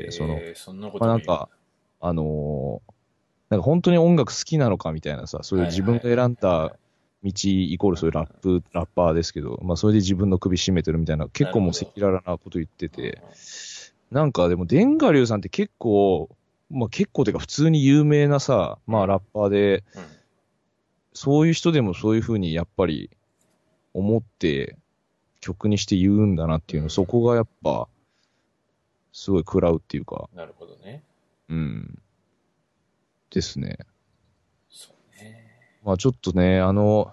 [SPEAKER 1] その、
[SPEAKER 2] そんなこと
[SPEAKER 1] まあなんか、あのー、なんか本当に音楽好きなのかみたいなさ、そういう自分が選んだ道イコールそういうラップ、ラッパーですけど、まあそれで自分の首絞めてるみたいな、結構もう赤裸々なこと言ってて、なんかでもデンガリュウさんって結構、 まあ結構てか普通に有名なさ、まあラッパーで、うん、そういう人でもそういう風にやっぱり思って曲にして言うんだなっていうの、うん、そこがやっぱ、すごい食らうっていうか。
[SPEAKER 2] なるほどね。
[SPEAKER 1] うん。ですね。
[SPEAKER 2] そうね。
[SPEAKER 1] まあちょっとね、あの、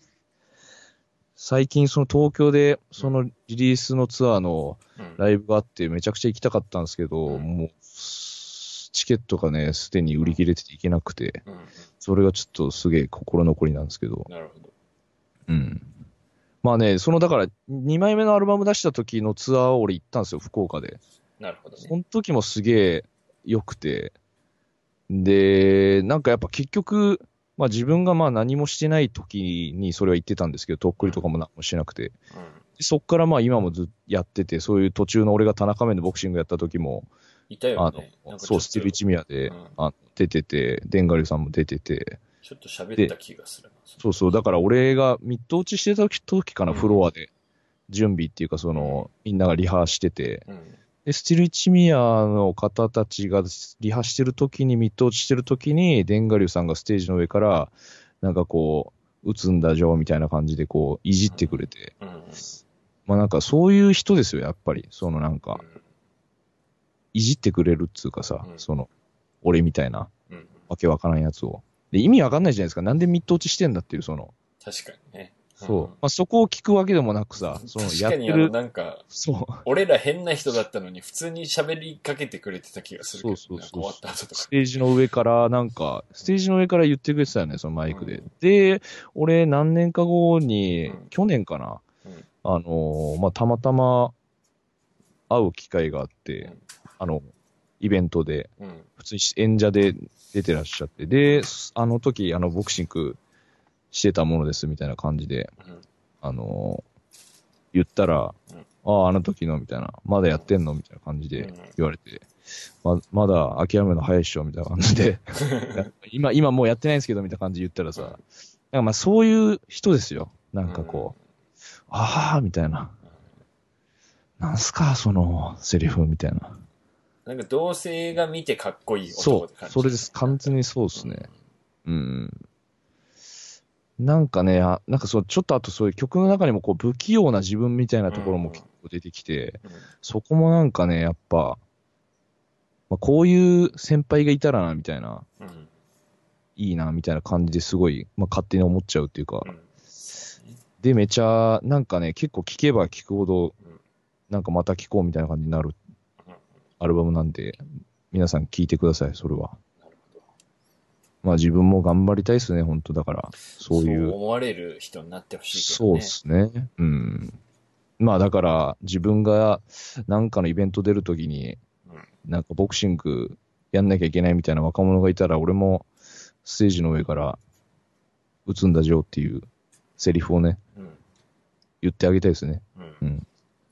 [SPEAKER 1] 最近その東京でそのリリースのツアーのライブがあってめちゃくちゃ行きたかったんですけど、うん、もうチケットがね、すでに売り切れてて行けなくて、うんうん、それがちょっとすげえ心残りなんですけど。
[SPEAKER 2] なるほど。
[SPEAKER 1] うん。まあね、そのだからにまいめのアルバム出した時のツアーを俺行ったんですよ、福岡で。
[SPEAKER 2] なるほどね。
[SPEAKER 1] その時もすげえ良くて、で、なんかやっぱ結局、まあ自分がまあ何もしてない時にそれは言ってたんですけど、とっくりとかも何もしなくて。うん、そっからまあ今もずっとやってて、そういう途中の俺が田中面でボクシングやった時も、
[SPEAKER 2] いたよね。
[SPEAKER 1] あのそう、スティル一宮で、うん、あ出てて、デンガリさんも出てて。
[SPEAKER 2] ちょっと喋った気がするな。
[SPEAKER 1] そうそう、だから俺がミット打ちしてた時かな、うん、フロアで。準備っていうかその、うん、みんながリハしてて、うんで、スティル一宮の方たちがリハしてる時に、ミット落ちしてる時に、デンガリュウさんがステージの上から、なんかこう、打つんだじょ、みたいな感じでこう、いじってくれて。うんうん、まあなんかそういう人ですよ、やっぱり。そのなんか、うん、いじってくれるっつうかさ、うん、その、俺みたいな、うん、わけわからんやつを。で、意味わかんないじゃないですか。なんでミット落ちしてんだっていう、その。
[SPEAKER 2] 確かにね。
[SPEAKER 1] そう。まあ、そこを聞くわけでもなくさ、その
[SPEAKER 2] やってる。確かにあの、なんか、そう。俺ら変な人だったのに、普通に喋りかけてくれてた気がするけど、そうそうそう。終わった後とか。
[SPEAKER 1] ステージの上から、なんか、ステージの上から言ってくれてたよね、そのマイクで。うん、で、俺何年か後に、うん、去年かな、うん、あのー、まあ、たまたま会う機会があって、うん、あの、イベントで、うん、普通に演者で出てらっしゃって、で、あの時、あの、ボクシング、してたものですみたいな感じで、うん、あのー、言ったら、うん、ああ、あの時のみたいな、まだやってんのみたいな感じで言われて、ままだ諦めるの早いっしょみたいな感じで、今、今もうやってないんですけどみたいな感じで言ったらさ、うん、なんかまあそういう人ですよ。なんかこう、うん、ああ、みたいな。なんすか、そのセリフみたいな。
[SPEAKER 2] なんか同性が見てかっこいい男って感じ、ね。
[SPEAKER 1] そう、それです。完全にそうですね。うん、うんなんかね、あなんかそう、ちょっとあとそういう曲の中にもこう不器用な自分みたいなところも結構出てきて、うんうん、そこもなんかね、やっぱ、まあ、こういう先輩がいたらな、みたいな、うん、いいな、みたいな感じですごい、まあ、勝手に思っちゃうっていうか、うん、で、めちゃ、なんかね、結構聴けば聴くほど、なんかまた聴こうみたいな感じになるアルバムなんで、皆さん聴いてください、それは。まあ自分も頑張りたいですね、本当だから。そういう。
[SPEAKER 2] そう思われる人になってほしいけどね。
[SPEAKER 1] そうですね。うん。まあだから自分がなんかのイベント出るときに、なんかボクシングやんなきゃいけないみたいな若者がいたら、俺もステージの上から打つんだジョーっていうセリフをね、うん、言ってあげたいですね。うん。うん、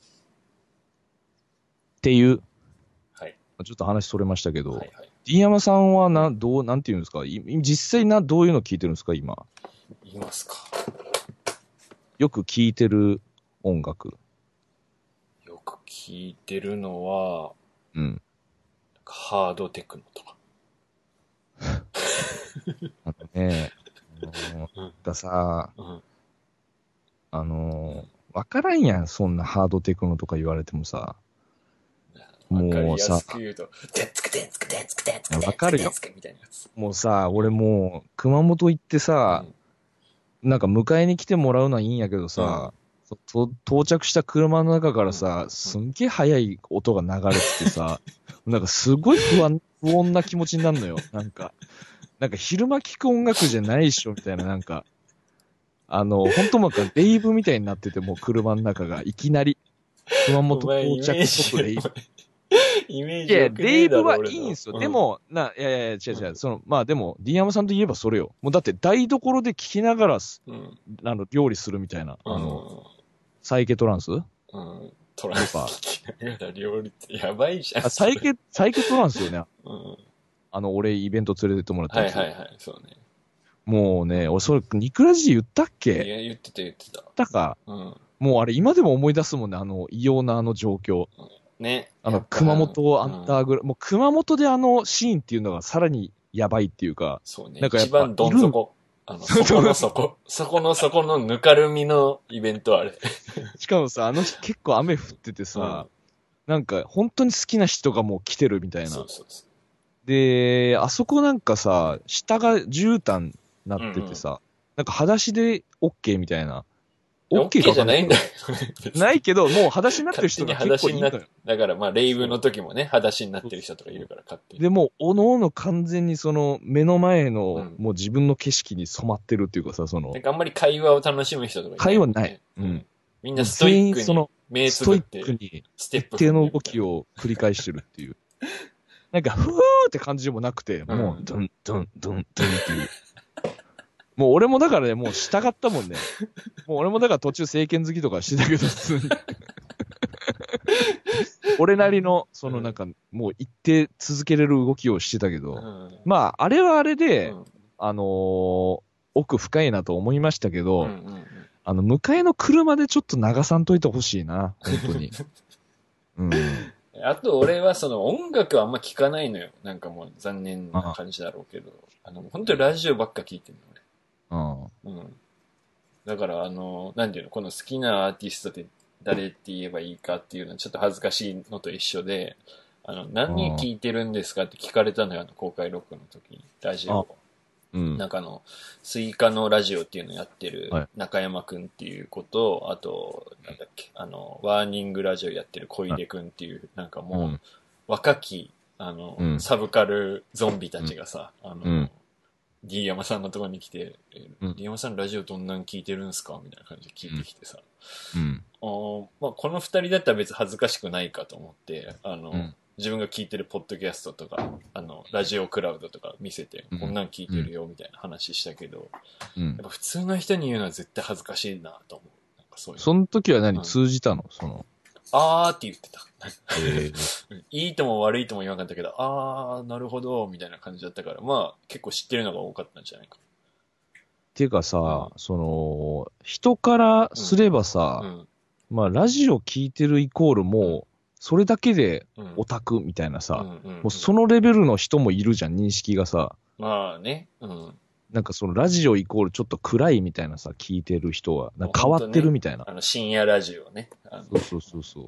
[SPEAKER 1] っていう、はい、ちょっと話それましたけど、はいはい、D 山さんはな、どう、なんていうんですか、実際な、どういうの聞いてるんですか、今。
[SPEAKER 2] いますか。
[SPEAKER 1] よく聞いてる音楽。
[SPEAKER 2] よく聞いてるのは、うん。ハードテクノとか。
[SPEAKER 1] あとね、あのー、がさ、うん、あのー、わからんやん、そんなハードテクノとか言われてもさ。
[SPEAKER 2] もうさ、
[SPEAKER 1] わかるよ。もうさ、俺もう、熊本行ってさ、うん、なんか迎えに来てもらうのはいいんやけどさ、うん、到着した車の中からさ、うん、すんげえ速い音が流れててさ、なんかすごい不安、不穏な気持ちになるのよ。なんか、なんか昼間聴く音楽じゃないっしょ、みたいな、なんか、あの、ほんとなんかレイブみたいになってて、もう車の中が、いきなり、熊本到着即レイブ。
[SPEAKER 2] イメージよくねえだろ。
[SPEAKER 1] いや、レイブはいいんすよ。うん、でも、な、いやいやいや、違う違う、うん、その、まあでも、D 山さんといえばそれよ。もうだって台所で聞きながら、うん、あの、料理するみたいな、あの、うん、サイケトランスうん。
[SPEAKER 2] トランス聞きながら料理ってやばいじゃん。
[SPEAKER 1] あ、サイケ、サイケトランスよね。うん。あの、俺イベント連れてってもらったんですよ。
[SPEAKER 2] はいはいはい、そうね。
[SPEAKER 1] もうね、俺それ、ニクラジ言ったっけ？
[SPEAKER 2] いや、言ってた言ってた。
[SPEAKER 1] 言ったか。うん。もうあれ今でも思い出すもんね、あの、異様なあの状況。
[SPEAKER 2] ね。
[SPEAKER 1] あの、熊本アンダーグラ、うん、もう熊本であのシーンっていうのがさらにやばいっていうか。
[SPEAKER 2] そうね。
[SPEAKER 1] なんかやっ
[SPEAKER 2] ぱ一番どん底。あの、そこの底。そこの底のぬかるみのイベントあれ。
[SPEAKER 1] しかもさ、あの日結構雨降っててさ、うん、なんか本当に好きな人がもう来てるみたいな。そうそうそう。で、あそこなんかさ、下が絨毯なっててさ、うんうん、なんか裸足で OK みたいな。
[SPEAKER 2] OK かじゃないんだよ。
[SPEAKER 1] ないけど、もう裸足になってる人が結構いるのよ。
[SPEAKER 2] だからまあ、レイブの時もね、裸足になってる人とかいるから勝手に。
[SPEAKER 1] でも、おのおの完全にその、目の前の、うん、もう自分の景色に染まってるっていうかさ、その。
[SPEAKER 2] なんかあんまり会話を楽しむ人とかいない、ね。
[SPEAKER 1] 会話ない。うん。
[SPEAKER 2] みんなストイックに目つぶって、
[SPEAKER 1] ストイックに一定の動きを繰り返してるっていう。なんか、ふーって感じでもなくて、もう、ドン、ドン、ドン、ドンっていう。もう俺もだからね、もう従ったもんね。もう俺もだから途中政権好きとかしてたけど、普通に。俺なりの、そのなんか、もう一定続けれる動きをしてたけど、うん、まあ、あれはあれで、うん、あのー、奥深いなと思いましたけど、うんうんうん、あの、迎えの車でちょっと流さんといてほしいな、本当に。うん。
[SPEAKER 2] あと俺はその音楽はあんま聞かないのよ。なんかもう残念な感じだろうけど。あの、本当にラジオばっか聞いてるの俺。うん。うん。だからあの、なんていうの、この好きなアーティストって誰って言えばいいかっていうのはちょっと恥ずかしいのと一緒で、あの、何聞いてるんですかって聞かれたのよ、あの、公開録音の時に、ラジオを。うん、なんかあの、スイカのラジオっていうのをやってる中山くんっていう子と、あと、なんだっけ、あの、ワーニングラジオやってる小出くんっていう、なんかもう、うん、若き、あの、うん、サブカルゾンビたちがさ、うん、あの、うん、D 山さんのところに来て、うん、D 山さんラジオどんなん聞いてるんすかみたいな感じで聞いてきてさ、うん、あまあ、この二人だったら別に恥ずかしくないかと思って、あの、うん自分が聞いてるポッドキャストとか、あの、ラジオクラウドとか見せて、うん、こんなん聞いてるよみたいな話したけど、うん、やっぱ普通の人に言うのは絶対恥ずかしいなと思う。なんかそういう
[SPEAKER 1] その時は何、うん、通じたのその。
[SPEAKER 2] あーって言ってた。えー、いいとも悪いとも言わなかったけど、あー、なるほど、みたいな感じだったから、まあ、結構知ってるのが多かったんじゃないか。
[SPEAKER 1] っていうかさ、うん、その、人からすればさ、うんうん、まあ、ラジオ聞いてるイコールもう、それだけでオタクみたいなさ、うんうんうんうん、もうそのレベルの人もいるじゃん、認識がさ。
[SPEAKER 2] まあね。うん、なん
[SPEAKER 1] かそのラジオイコールちょっと暗いみたいなさ、聞いてる人は。なんか変わってるみたいな。ね、
[SPEAKER 2] あの深夜ラジオね。
[SPEAKER 1] そうそうそうそう。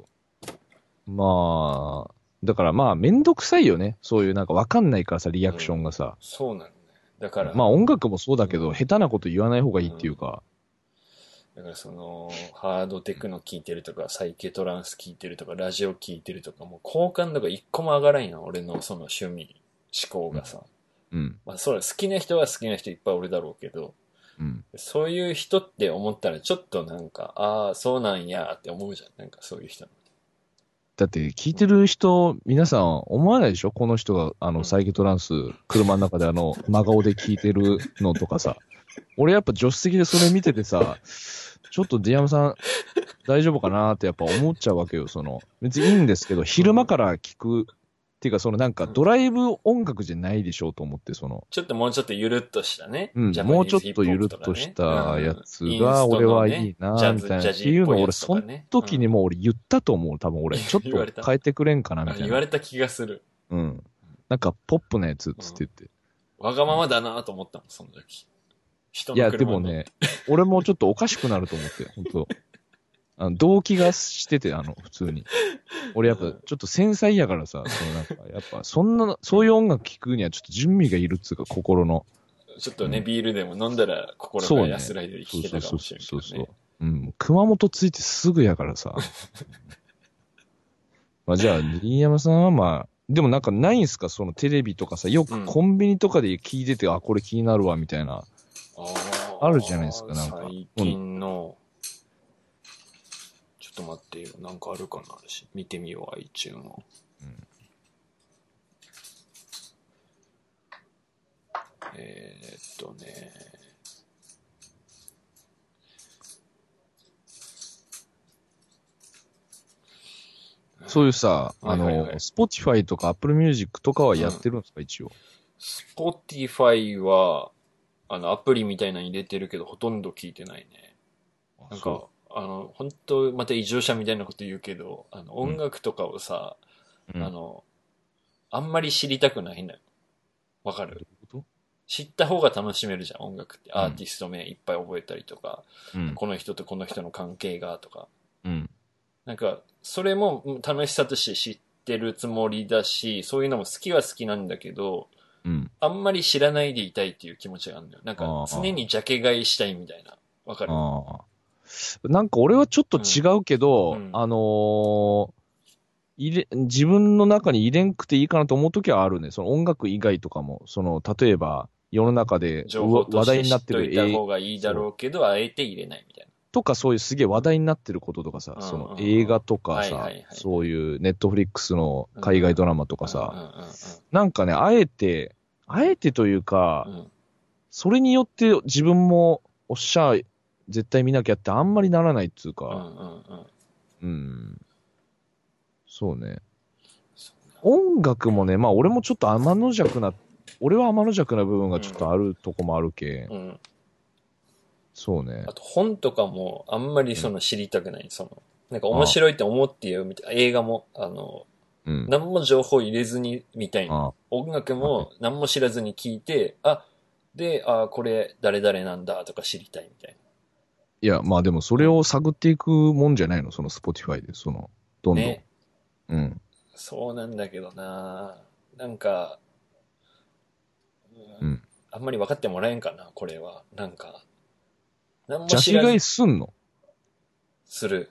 [SPEAKER 1] まあ、だからまあめんどくさいよね。そういうなんかわかんないからさ、リアクションがさ。うん、
[SPEAKER 2] そうなのね。だから。
[SPEAKER 1] まあ音楽もそうだけど、うん、下手なこと言わない方がいいっていうか。
[SPEAKER 2] だからその、ハードテクノ聞いてるとか、サイケトランス聞いてるとか、ラジオ聞いてるとか、もう好感度が一個も上がらんやん、俺のその趣味、思考がさ。うん。まあそれ好きな人は好きな人いっぱいおるだろうけど、うん。そういう人って思ったらちょっとなんか、ああ、そうなんやって思うじゃん、なんかそういう人。
[SPEAKER 1] だって聞いてる人、うん、皆さん思わないでしょこの人が、あの、サイケトランス、車の中であの、真顔で聞いてるのとかさ。俺やっぱ助手席でそれ見ててさ、ちょっとディアムさん大丈夫かなってやっぱ思っちゃうわけよ。その、別にいいんですけど、昼間から聞く、っていうかそのなんかドライブ音楽じゃないでしょうと思って、その。
[SPEAKER 2] ちょっともうちょっとゆるっとしたね。
[SPEAKER 1] うん、もうちょっとゆるっとしたやつが俺はいいな、みたいな。っていうのを俺、その時にも俺言ったと思う。多分俺、ちょっと変えてくれんかな、みたいな。
[SPEAKER 2] 言われた気がする。
[SPEAKER 1] うん。なんかポップなやつ、つって言って。
[SPEAKER 2] わがままだなと思ったもん、その時。
[SPEAKER 1] いや、でもね、俺もちょっとおかしくなると思って、本当あの、動機がしてて、あの、普通に。俺やっぱ、ちょっと繊細やからさ、そのなんか、やっぱ、そんな、そういう音楽聴くにはちょっと準備がいるっつうか、心の。
[SPEAKER 2] ちょっとね、うん、ビールでも飲んだら心が安らいで聴けたかもしれない、ね。そうそうそうそう。
[SPEAKER 1] うん。熊本着いてすぐやからさ。まあじゃあ、新山さんはまあ、でもなんかないんすかそのテレビとかさ、よくコンビニとかで聞いてて、うん、あ、これ気になるわ、みたいな。あ, あるじゃないですか、なんか。
[SPEAKER 2] 最近の、うん、ちょっと待ってよ、なんかあるかな、私。見てみよう、iTunes を。うん、えー、っとね。
[SPEAKER 1] そういうさ、あの、はいはいはい、Spotify とか Apple Music とかはやってるんですか、うん、一応。
[SPEAKER 2] Spotify は、あの、アプリみたいなの入れてるけど、ほとんど聞いてないね。なんか、 あの、本当また異常者みたいなこと言うけど、あの、音楽とかをさ、うん、あの、あんまり知りたくないのよ。わかる？どういうこと？知った方が楽しめるじゃん、音楽って。アーティスト名いっぱい覚えたりとか、うん、この人とこの人の関係がとか。うん、なんか、それも楽しさとして知ってるつもりだし、そういうのも好きは好きなんだけど、うん、あんまり知らないでいたいっていう気持ちがあるんだよ。なんか、常にジャケ買いしたいみたいな。わかる？あ
[SPEAKER 1] なんか俺はちょっと違うけど、うん、あのー、入れ、自分の中に入れんくていいかなと思うときはあるね。その音楽以外とかも、その、例えば、世の中で話題になってる
[SPEAKER 2] 映画。情報として知っといた方がいいだろうけど、あえて入れないみたいな。
[SPEAKER 1] とかそういうすげえ話題になってることとかさ、うんうんうん、その映画とかさ、はいはいはい、そういうネットフリックスの海外ドラマとかさ、うんうんうんうん、なんかね、あえて、あえてというか、うん、それによって自分もおっしゃ、絶対見なきゃってあんまりならないっつうか、うんうんうんうん、そうね。音楽もね、まあ俺もちょっと天の弱な、俺は天の弱な部分がちょっとあるとこもあるけ、うんうん、そうね。
[SPEAKER 2] あと本とかもあんまりその知りたくない。うん、その、なんか面白いって思ってよみたいな。映画も、あの、うん、何も情報入れずにみたいな。音楽も何も知らずに聞いて、あ、で、あ、これ誰々なんだとか知りたいみたいな。
[SPEAKER 1] いや、まあでもそれを探っていくもんじゃないの、その Spotify で、その、どんどん。ね。
[SPEAKER 2] うん。そうなんだけどななんか、うん、うん、あんまり分かってもらえんかな、これは。なんか。
[SPEAKER 1] 何も知らず。ジャケ買いすんの？
[SPEAKER 2] する。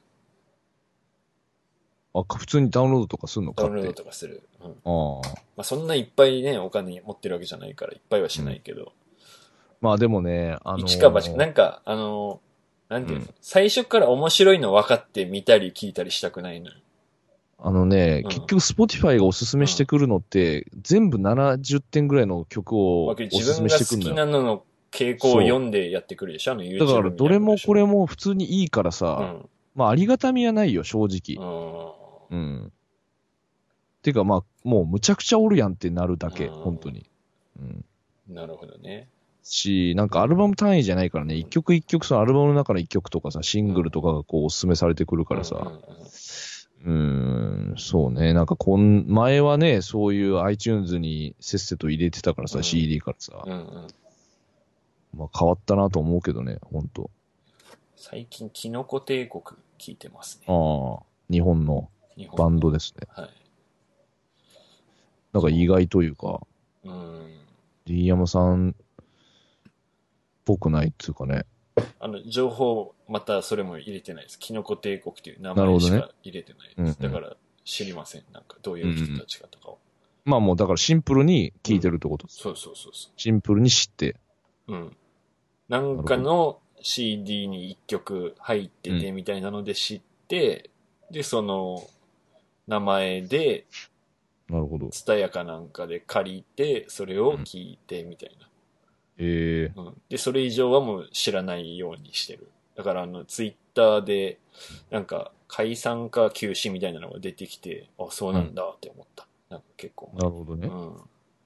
[SPEAKER 1] あ、普通にダウンロードとかすんの？
[SPEAKER 2] ダウンロードとかする。うん、ああ。まあそんないっぱいね、お金持ってるわけじゃないから、いっぱいはしないけど。うん、
[SPEAKER 1] まあでもね、あのー、
[SPEAKER 2] 一か八か、なんか、あのー、なんていうの、うん、最初から面白いの分かって見たり聞いたりしたくないのよ。
[SPEAKER 1] あのね、うん、結局 Spotify がおすすめしてくるのって、うん、全部ななじゅってんぐらいの曲をおすすめしてくるのよ。
[SPEAKER 2] 自分が好きなのの傾向を読んでやってくるでしょ、あの YouTube みたいな。
[SPEAKER 1] だからどれもこれも普通にいいからさ、うん、まあありがたみはないよ、正直。うん。うん。てかまあ、もうむちゃくちゃおるやんってなるだけ、本当に。
[SPEAKER 2] うん。なるほどね。
[SPEAKER 1] し、なんかアルバム単位じゃないからね、一、うん、曲一曲そのアルバムの中の一曲とかさ、シングルとかがこうおすすめされてくるからさ、うんうんうんうーん、そうね。なんかこん、前はね、そういう iTunes にせっせと入れてたからさ、うん、シーディー からさ。うんうん。まあ変わったなと思うけどね、ほんと。
[SPEAKER 2] 最近、キノコ帝国聞いてますね。
[SPEAKER 1] ああ、日本のバンドですね。はい。なんか意外というか、うん。D 山さんっぽくないっつうかね。
[SPEAKER 2] あの、情報、またそれも入れてないです。キノコ帝国っていう名前しか入れてないです。ねうんうん、だから知りません。なんかどういう人たちかとかを。うん
[SPEAKER 1] うん、まあもうだからシンプルに聞いてるってことです、
[SPEAKER 2] うん。そうそうそうそう。
[SPEAKER 1] シンプルに知って。
[SPEAKER 2] うん。なんかの シーディー に一曲入っててみたいなので知って、うん、で、その名前で、
[SPEAKER 1] なるほど。
[SPEAKER 2] ツタヤかなんかで借りて、それを聞いてみたいな。
[SPEAKER 1] ええー
[SPEAKER 2] うん。で、それ以上はもう知らないようにしてる。だからあの、ツイッターで、なんか、解散か休止みたいなのが出てきて、あ、そうなんだって思った。うん、なんか結構。
[SPEAKER 1] なるほどね。うん。そう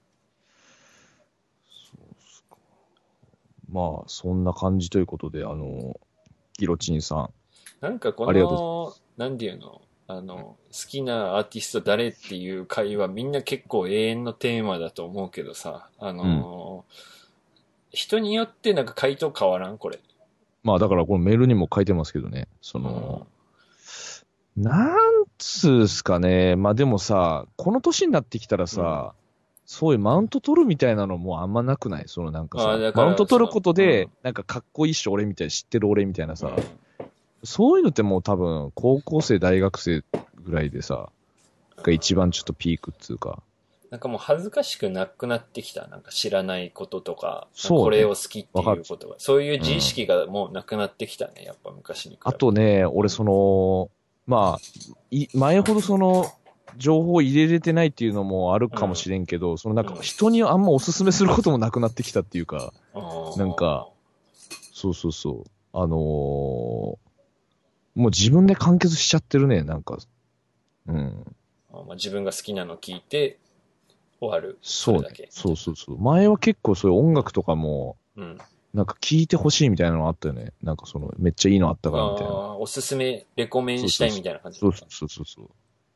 [SPEAKER 1] っすか。まあ、そんな感じということで、あの、ギロチンさん。
[SPEAKER 2] なんかこの、なんていうのあの、好きなアーティスト誰っていう会話みんな結構永遠のテーマだと思うけどさ、あの、うん人によってなんか回答変わらんこれ。
[SPEAKER 1] まあだからこのメールにも書いてますけどね。その、うん、なんつうすかね。まあでもさ、この年になってきたらさ、うん、そういうマウント取るみたいなのもあんまなくないそのなんかさ、マウント取ることで、うん、なんかかっこいいし俺みたいな知ってる俺みたいなさ、うん、そういうのってもう多分高校生大学生ぐらいでさ、が一番ちょっとピークっつうか。
[SPEAKER 2] なんかもう恥ずかしくなくなってきた。なんか知らないこととか、そうね、これを好きっていうことが。そういう自意識がもうなくなってきたね。うん、やっぱ昔に比べて。
[SPEAKER 1] あとね、俺その、まあ、い、前ほどその、情報を入れれてないっていうのもあるかもしれんけど、うん、そのなんか人にあんまおすすめすることもなくなってきたっていうか、うん、なんか、そうそうそう。あのー、もう自分で完結しちゃってるね、なんか。うん。
[SPEAKER 2] あまあ、自分が好きなの聞いて、終わる。
[SPEAKER 1] そう、それだけ。そうそうそう。前は結構そういう音楽とかも、うん、 なんか聞いてほしいみたいなのあったよね。なんかその、めっちゃいいのあったからみたいな。
[SPEAKER 2] あおすすめ、レコメンしたいみたいな感じ。
[SPEAKER 1] そうそうそうそう。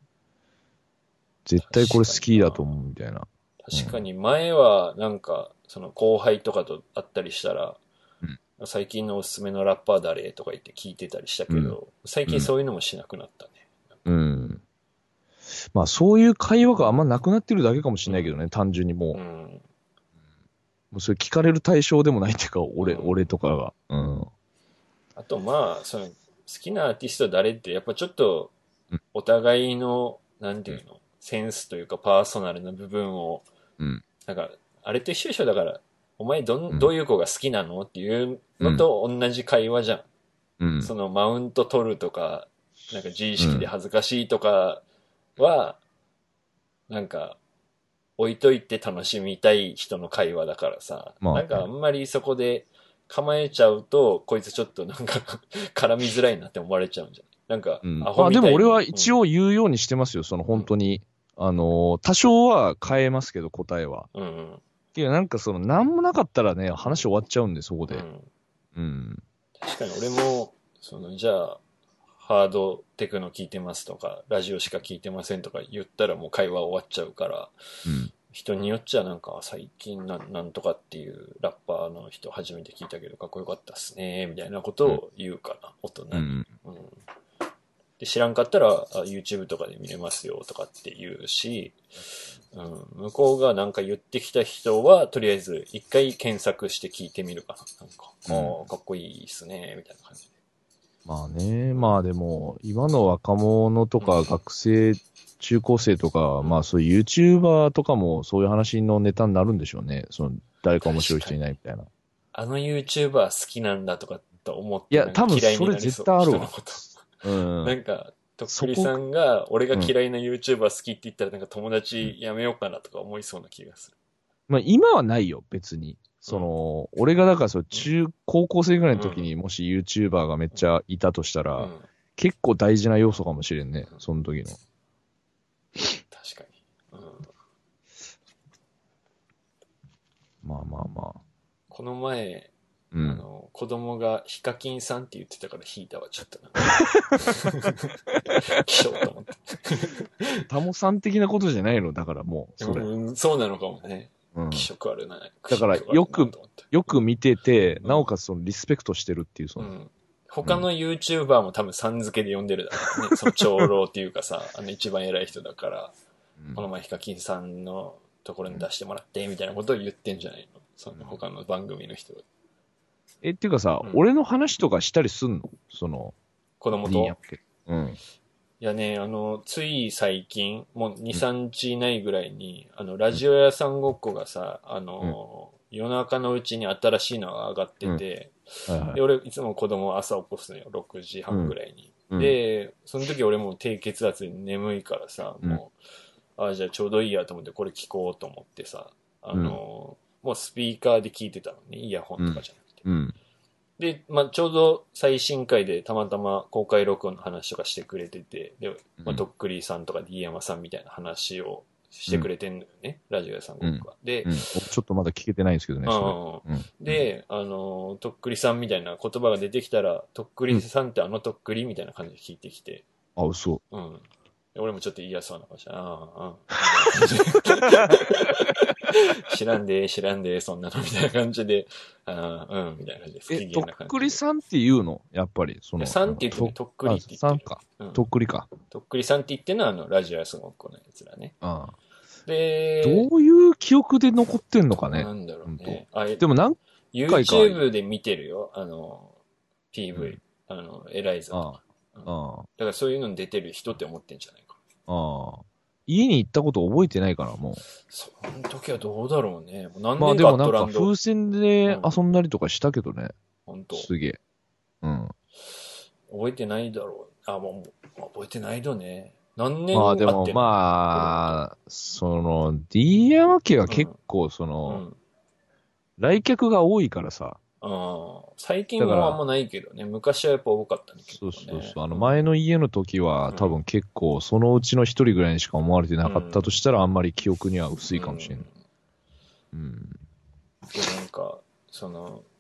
[SPEAKER 1] 絶対これ好きだと思うみたいな。
[SPEAKER 2] 確かに前はなんか、その後輩とかと会ったりしたら、うん、最近のおすすめのラッパー誰とか言って聞いてたりしたけど、うん、最近そういうのもしなくなったね。
[SPEAKER 1] うん。まあそういう会話があんまなくなってるだけかもしれないけどね、うん、単純にもう。うん、もうそれ聞かれる対象でもないっていうか、俺、うん、俺とかが。うん。
[SPEAKER 2] あとまあ、その好きなアーティスト誰ってやっぱちょっとお互いの、うん、なんていうの、センスというかパーソナルな部分を、うん、なんか、あれと一緒でしょだから、お前どん、どういう子が好きなのっていうのと同じ会話じゃん。うん、そのマウント取るとか、なんか自意識で恥ずかしいとかは、うん、なんか、置いといて楽しみたい人の会話だからさ、まあ、なんかあんまりそこで構えちゃうと、こいつちょっとなんか絡みづらいなって思われちゃうんじゃん。なんか、うん、アホみたいに。
[SPEAKER 1] まあでも俺は一応言うようにしてますよ、その本当に。うん、あの、多少は変えますけど、答えは。うんうん。いや、なんかその、なんもなかったらね、話終わっちゃうんで、そこで。うん。
[SPEAKER 2] うん、確かに俺も、その、じゃあ、ハードテクノ聞いてますとか、ラジオしか聞いてませんとか言ったらもう会話終わっちゃうから、うん、人によっちゃなんか最近ななんとかっていうラッパーの人初めて聞いたけどかっこよかったっすねみたいなことを言うかな、大人に。うんうん、で知らんかったらあ YouTube とかで見れますよとかって言うし、うん、向こうがなんか言ってきた人はとりあえず一回検索して聞いてみるかな。なんか、うん、ああ、かっこいいっすねみたいな感じで。
[SPEAKER 1] まあね、まあでも、今の若者とか学生、中高生とか、まあそういう YouTuber とかもそういう話のネタになるんでしょうね。その、誰か面白い人いないみたいな。
[SPEAKER 2] あの YouTuber 好きなんだとかと思って、
[SPEAKER 1] いや、多分それ絶対あるわ。
[SPEAKER 2] うん。なんか、とっくりさんが、俺が嫌いな YouTuber 好きって言ったらなんか友達やめようかなとか思いそうな気がする。
[SPEAKER 1] まあ今はないよ、別に。その、うん、俺がだからそう、中、高校生ぐらいの時にもし YouTuber がめっちゃいたとしたら、うん、結構大事な要素かもしれんね、その時の。
[SPEAKER 2] 確かに。うん、
[SPEAKER 1] まあまあまあ。
[SPEAKER 2] この前、うん、あの、子供がヒカキンさんって言ってたから引いたわ、ちょっとなんか。気象と思って。
[SPEAKER 1] タモさん的なことじゃないのだからもう、それ。
[SPEAKER 2] うん、そうなのかもね。うん、気色悪ない。
[SPEAKER 1] だから、よく、よく見てて、うん、なおかつそのリスペクトしてるっていう、その。うん、
[SPEAKER 2] 他の YouTuber も多分さん付けで呼んでるだろうね。その長老っていうかさ、あの一番偉い人だから、うん、この前ヒカキンさんのところに出してもらって、みたいなことを言ってんじゃないのその他の番組の人が。
[SPEAKER 1] え、っていうかさ、うん、俺の話とかしたりすんのその、
[SPEAKER 2] 子供と。
[SPEAKER 1] うん。
[SPEAKER 2] いやね、あの、つい最近、もうに、さんにちないぐらいに、あの、ラジオ屋さんごっこがさ、あの、うん、夜中のうちに新しいのが上がってて、うんはいはい、で、俺、いつも子供朝起こすのよ、ろくじはんぐらいに。うん、で、その時俺も低血圧で眠いからさ、もう、うん、あ、じゃあちょうどいいやと思ってこれ聞こうと思ってさ、あの、うん、もうスピーカーで聞いてたのね、イヤホンとかじゃなくて。うんうんで、まあ、ちょうど最新回でたまたま公開録音の話とかしてくれてて、で、まあ、とっくりさんとか D 山さんみたいな話をしてくれてんのよね、うん、ラジオ屋さんごっこは。で、
[SPEAKER 1] うん、ちょっとまだ聞けてないんですけどね、そ
[SPEAKER 2] れ。うん、で、あの、とっくりさんみたいな言葉が出てきたら、とっくりさんってあのとっくりみたいな感じで聞いてきて。
[SPEAKER 1] あ、嘘。
[SPEAKER 2] うん。俺もちょっと嫌そうな顔して、ああ、ああ。知らんで、知らんで、そんなの、みたいな感じで、ああ、うん、みたいな感じで、不機嫌な感じで。
[SPEAKER 1] とっくりさんって言うのやっぱり、その。
[SPEAKER 2] さんって言ってね、とっくりって言ってる。
[SPEAKER 1] さんか。うん、とっくりか。
[SPEAKER 2] とっくりさんって言ってんのは、あの、ラジオやすごっこのやつらね。ああ。
[SPEAKER 1] で、どういう記憶で残ってんのかね。
[SPEAKER 2] なんだろうね。あ
[SPEAKER 1] でも何回か。
[SPEAKER 2] YouTube で見てるよ、あの、ピーブイ、うん、あの、エライザとか。ああ、うん。だからそういうのに出てる人って思ってんじゃないか
[SPEAKER 1] な。ああ。家に行ったこと覚えてないからもう。
[SPEAKER 2] その時はどうだろうね。何年か
[SPEAKER 1] まあでもなんか風船で遊んだりとかしたけどね。
[SPEAKER 2] 本、うん、当。
[SPEAKER 1] すげえ。うん。
[SPEAKER 2] 覚えてないだろう。あ、もう、覚えてないだね。何年
[SPEAKER 1] まあでもまあ、その、D 山家は結構その、うんうん、来客が多いからさ。
[SPEAKER 2] あ最近はあんまないけどね。昔はやっぱ多かったね。
[SPEAKER 1] そうそうそう。あの前の家の時は、うん、多分結構そのうちの一人ぐらいにしか思われてなかったとしたら、うん、あんまり記憶には薄いかもしれない。うん。うん、
[SPEAKER 2] で、なんか、その、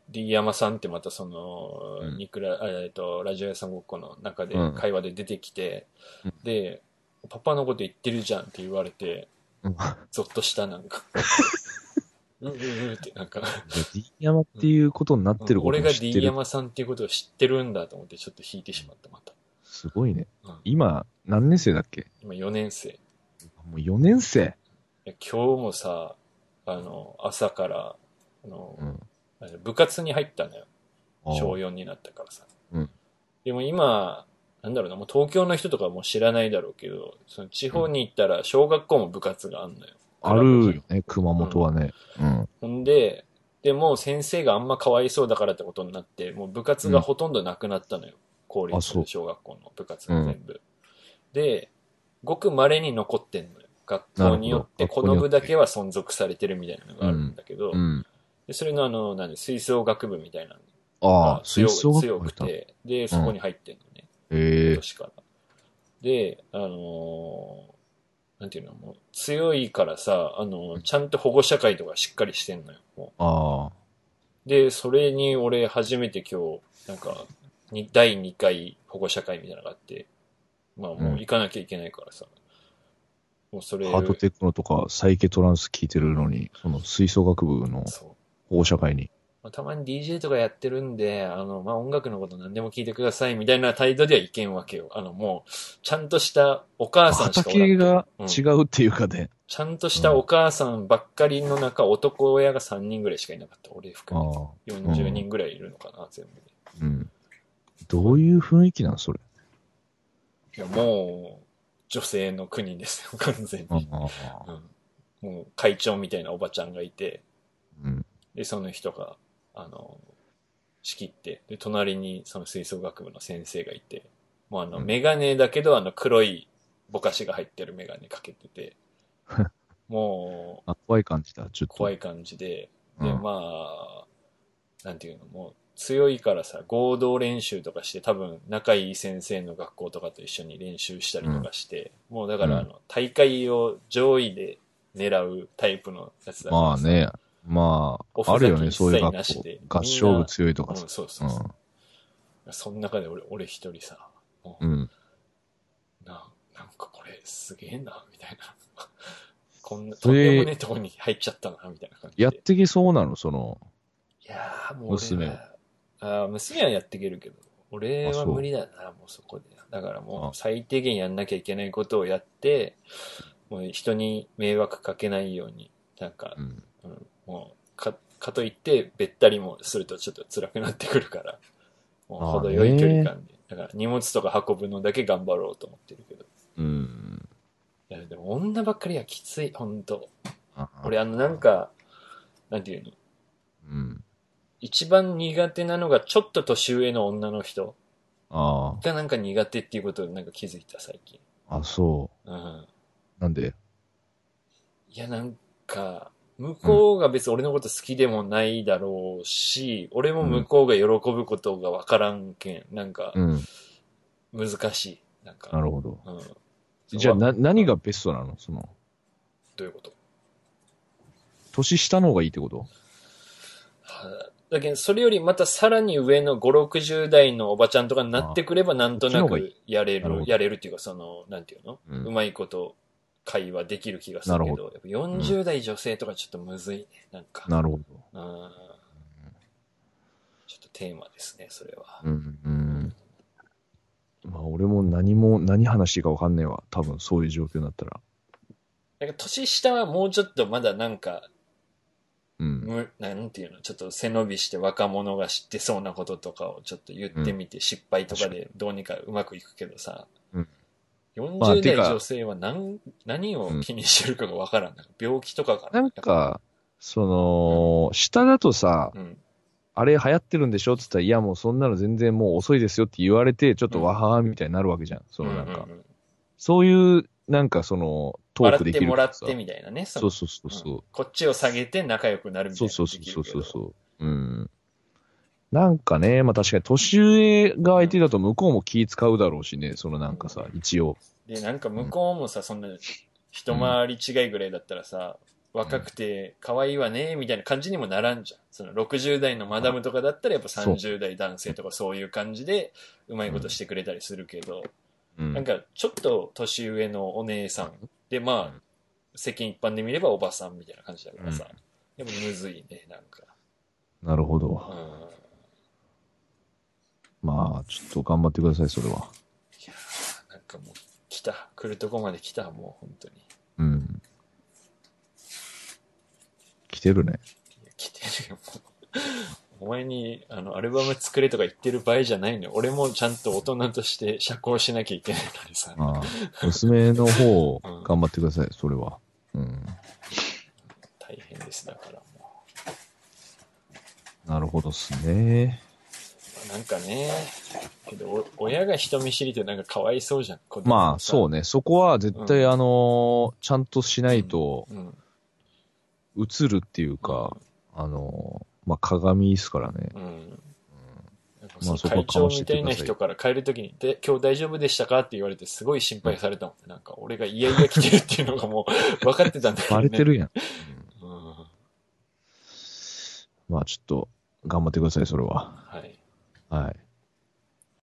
[SPEAKER 2] D 山さんってまたその、うん、ニクラ、えっと、ラジオ屋さんごっこの中で会話で出てきて、うん、で、パパのこと言ってるじゃんって言われて、うん、ゾッとしたなんか。うんうんうんってなんか。
[SPEAKER 1] D 山っていうことになってることを知ってる、うん、俺
[SPEAKER 2] が D 山さんっていうことを知ってるんだと思ってちょっと引いてしまった、また。
[SPEAKER 1] すごいね。うん、今、何年生だっけ？
[SPEAKER 2] 今よねん生。
[SPEAKER 1] もうよねん生？
[SPEAKER 2] 今日もさ、あの、朝から、あの、うん、部活に入ったのよ。小よんになったからさ。うん、でも今、なんだろうな、もう東京の人とかはもう知らないだろうけど、その地方に行ったら小学校も部活があんのよ。
[SPEAKER 1] あるよね、熊本はね。
[SPEAKER 2] うん。ほんで、でも先生があんまかわいそうだからってことになって、もう部活がほとんどなくなったのよ。公立の小学校の部活が全部。うん、で、ごく稀に残ってんのよ。学校によってこの部だけは存続されてるみたいなのがあるんだけど、うんうん、でそれのあの、何、吹奏楽部みたいなのが強強くて、で、そこに入ってんのね。うん、今年から。で、あのー、なんていうの、もう強いからさ、あのー、ちゃんと保護者会とかしっかりしてんのよ。もうあで、それに俺初めて今日、なんか、だいにかい保護者会みたいなのがあって、まあもう行かなきゃいけないからさ。
[SPEAKER 1] もうそれ。ハートテクノとかサイケトランス聞いてるのに、その吹奏楽部の保護者会に。
[SPEAKER 2] まあ、たまに ディージェー とかやってるんで、あの、まあ、音楽のこと何でも聞いてくださいみたいな態度ではいけんわけよ。あの、もう、ちゃんとしたお母さんしかおらん。
[SPEAKER 1] 畑が違うっていうかね、うん。
[SPEAKER 2] ちゃんとしたお母さんばっかりの中、男親がさんにんぐらいしかいなかった。俺含めて。よんじゅうにんぐらいいるのかな、うん、全部で。
[SPEAKER 1] うん。どういう雰囲気なんそれ。
[SPEAKER 2] いや、もう、女性の国ですよ、完全に。うん、もう、会長みたいなおばちゃんがいて、うん、で、その人が、あの、仕切って、で、隣にその吹奏楽部の先生がいて、もうあの、メガネだけど、あの、黒いぼかしが入ってるメガネかけてて、も
[SPEAKER 1] う、あ、怖い感じだ、ちょっと。
[SPEAKER 2] 怖い感じで、で、うん、まあ、なんていうの、もう、強いからさ、合同練習とかして、多分、仲いい先生の学校とかと一緒に練習したりとかして、うん、もうだから、あの、大会を上位で狙うタイプのやつだから。
[SPEAKER 1] まあね、まあ、あるよね、そういう学校。合唱部強いとかさ。
[SPEAKER 2] うん、そうそうそう。うん、その中で俺、俺一人さ、もう、うん、な、なんかこれすげえな、みたいな。こんな、とんでもねえとこに入っちゃったな、みたいな感じで。
[SPEAKER 1] やってきそうなの、その、
[SPEAKER 2] いやー、もう娘あ娘はやっていけるけど、俺は無理だな、もうそこで。だからもう最低限やんなきゃいけないことをやって、もう人に迷惑かけないように、なんか、うんうん、もうか、かといってべったりもするとちょっと辛くなってくるから、もう程よい距離感で。だから荷物とか運ぶのだけ頑張ろうと思ってるけど。うん。いや、でも女ばっかりはきつい、ほんと。俺あのなんか、なんていうの、うん。一番苦手なのがちょっと年上の女の人がなんか苦手っていうことをなんか気づいた最近。
[SPEAKER 1] あ、そう。うん。なんで？
[SPEAKER 2] いやなんか、向こうが別に俺のこと好きでもないだろうし、うん、俺も向こうが喜ぶことがわからんけん、なんか、難しい。なんか。
[SPEAKER 1] なるほど。うん、じゃあな、何がベストなのその。
[SPEAKER 2] どういうこと？
[SPEAKER 1] 年下の方がいいってこと？
[SPEAKER 2] はあ、だけど、それよりまたさらに上のご、ろくじゅう代のおばちゃんとかになってくればなんとなくやれる、やれるっていうか、その、なんていうの、うん、うまいこと会話できる気がするけど、やっぱよんじゅう代女性とかちょっとむずいね、なんか。
[SPEAKER 1] なるほど。うん、
[SPEAKER 2] ちょっとテーマですね、それは。うん、う
[SPEAKER 1] ん。まあ俺も何も、何話していいかわかんねえわ。多分そういう状況になったら。
[SPEAKER 2] なんか年下はもうちょっとまだなんか、うん、なんていうの、ちょっと背伸びして若者が知ってそうなこととかをちょっと言ってみて、うん、失敗とかでどうにかうまくいくけどさ、うん、よんじゅう代女性は何、何を気にしてるかがわからん。なんか病気とかか
[SPEAKER 1] な。なんか、その、うん、下だとさ、うん、あれ流行ってるんでしょって言ったら、いやもうそんなの全然もう遅いですよって言われて、ちょっとわはーみたいになるわけじゃん。そのなんか、うんうんうん、そういう、なんかその、トークできる。
[SPEAKER 2] 笑ってもらってみたいなね。
[SPEAKER 1] そそうそうそうそう、うん。
[SPEAKER 2] こっちを下げて仲良くなるみたいな。
[SPEAKER 1] そうそうそうそうそう。うん。なんかね、まあ確かに年上が相手だと向こうも気使うだろうしね、そのなんかさ、うん、一応。
[SPEAKER 2] で、なんか向こうもさ、うん、そんな、一回り違いぐらいだったらさ、 若くて可愛いわね、みたいな感じにもならんじゃん。そのろくじゅう代のマダムとかだったらやっぱさんじゅう代男性とかそういう感じでうまいことしてくれたりするけど、うん、なんかちょっと年上のお姉さんで、まあ、世間一般で見ればおばさんみたいな感じだからさ、うん、やっぱむずいね、なんか。
[SPEAKER 1] なるほど。うんまあ、ちょっと頑張ってください、それは。い
[SPEAKER 2] やー、なんかもう、来た。来るとこまで来た、もう、本当に。
[SPEAKER 1] うん。来てるね。
[SPEAKER 2] いや来てるよ、もう。お前に、あの、アルバム作れとか言ってる場合じゃないのよ。俺もちゃんと大人として社交しなきゃいけないのにさ。
[SPEAKER 1] ああ、娘の方、頑張ってください、それは。うん。
[SPEAKER 2] 大変です、だからも
[SPEAKER 1] う。なるほどっすね。
[SPEAKER 2] なんかね、けど親が人見知りってなんかかわいそうじゃん。
[SPEAKER 1] まあそうね、そこは絶対、うん、あのちゃんとしないと映るっていうか、うん、あのまあ鏡ですからね。うん。
[SPEAKER 2] まあそこ会長みたいな人から帰るときにで今日大丈夫でしたかって言われてすごい心配されたもん、うん、なんか俺がいやいや来てるっていうのがもう分かってたんだけどね。
[SPEAKER 1] バレてるやん。うん、うん、まあちょっと頑張ってくださいそれは。
[SPEAKER 2] はい。
[SPEAKER 1] はい。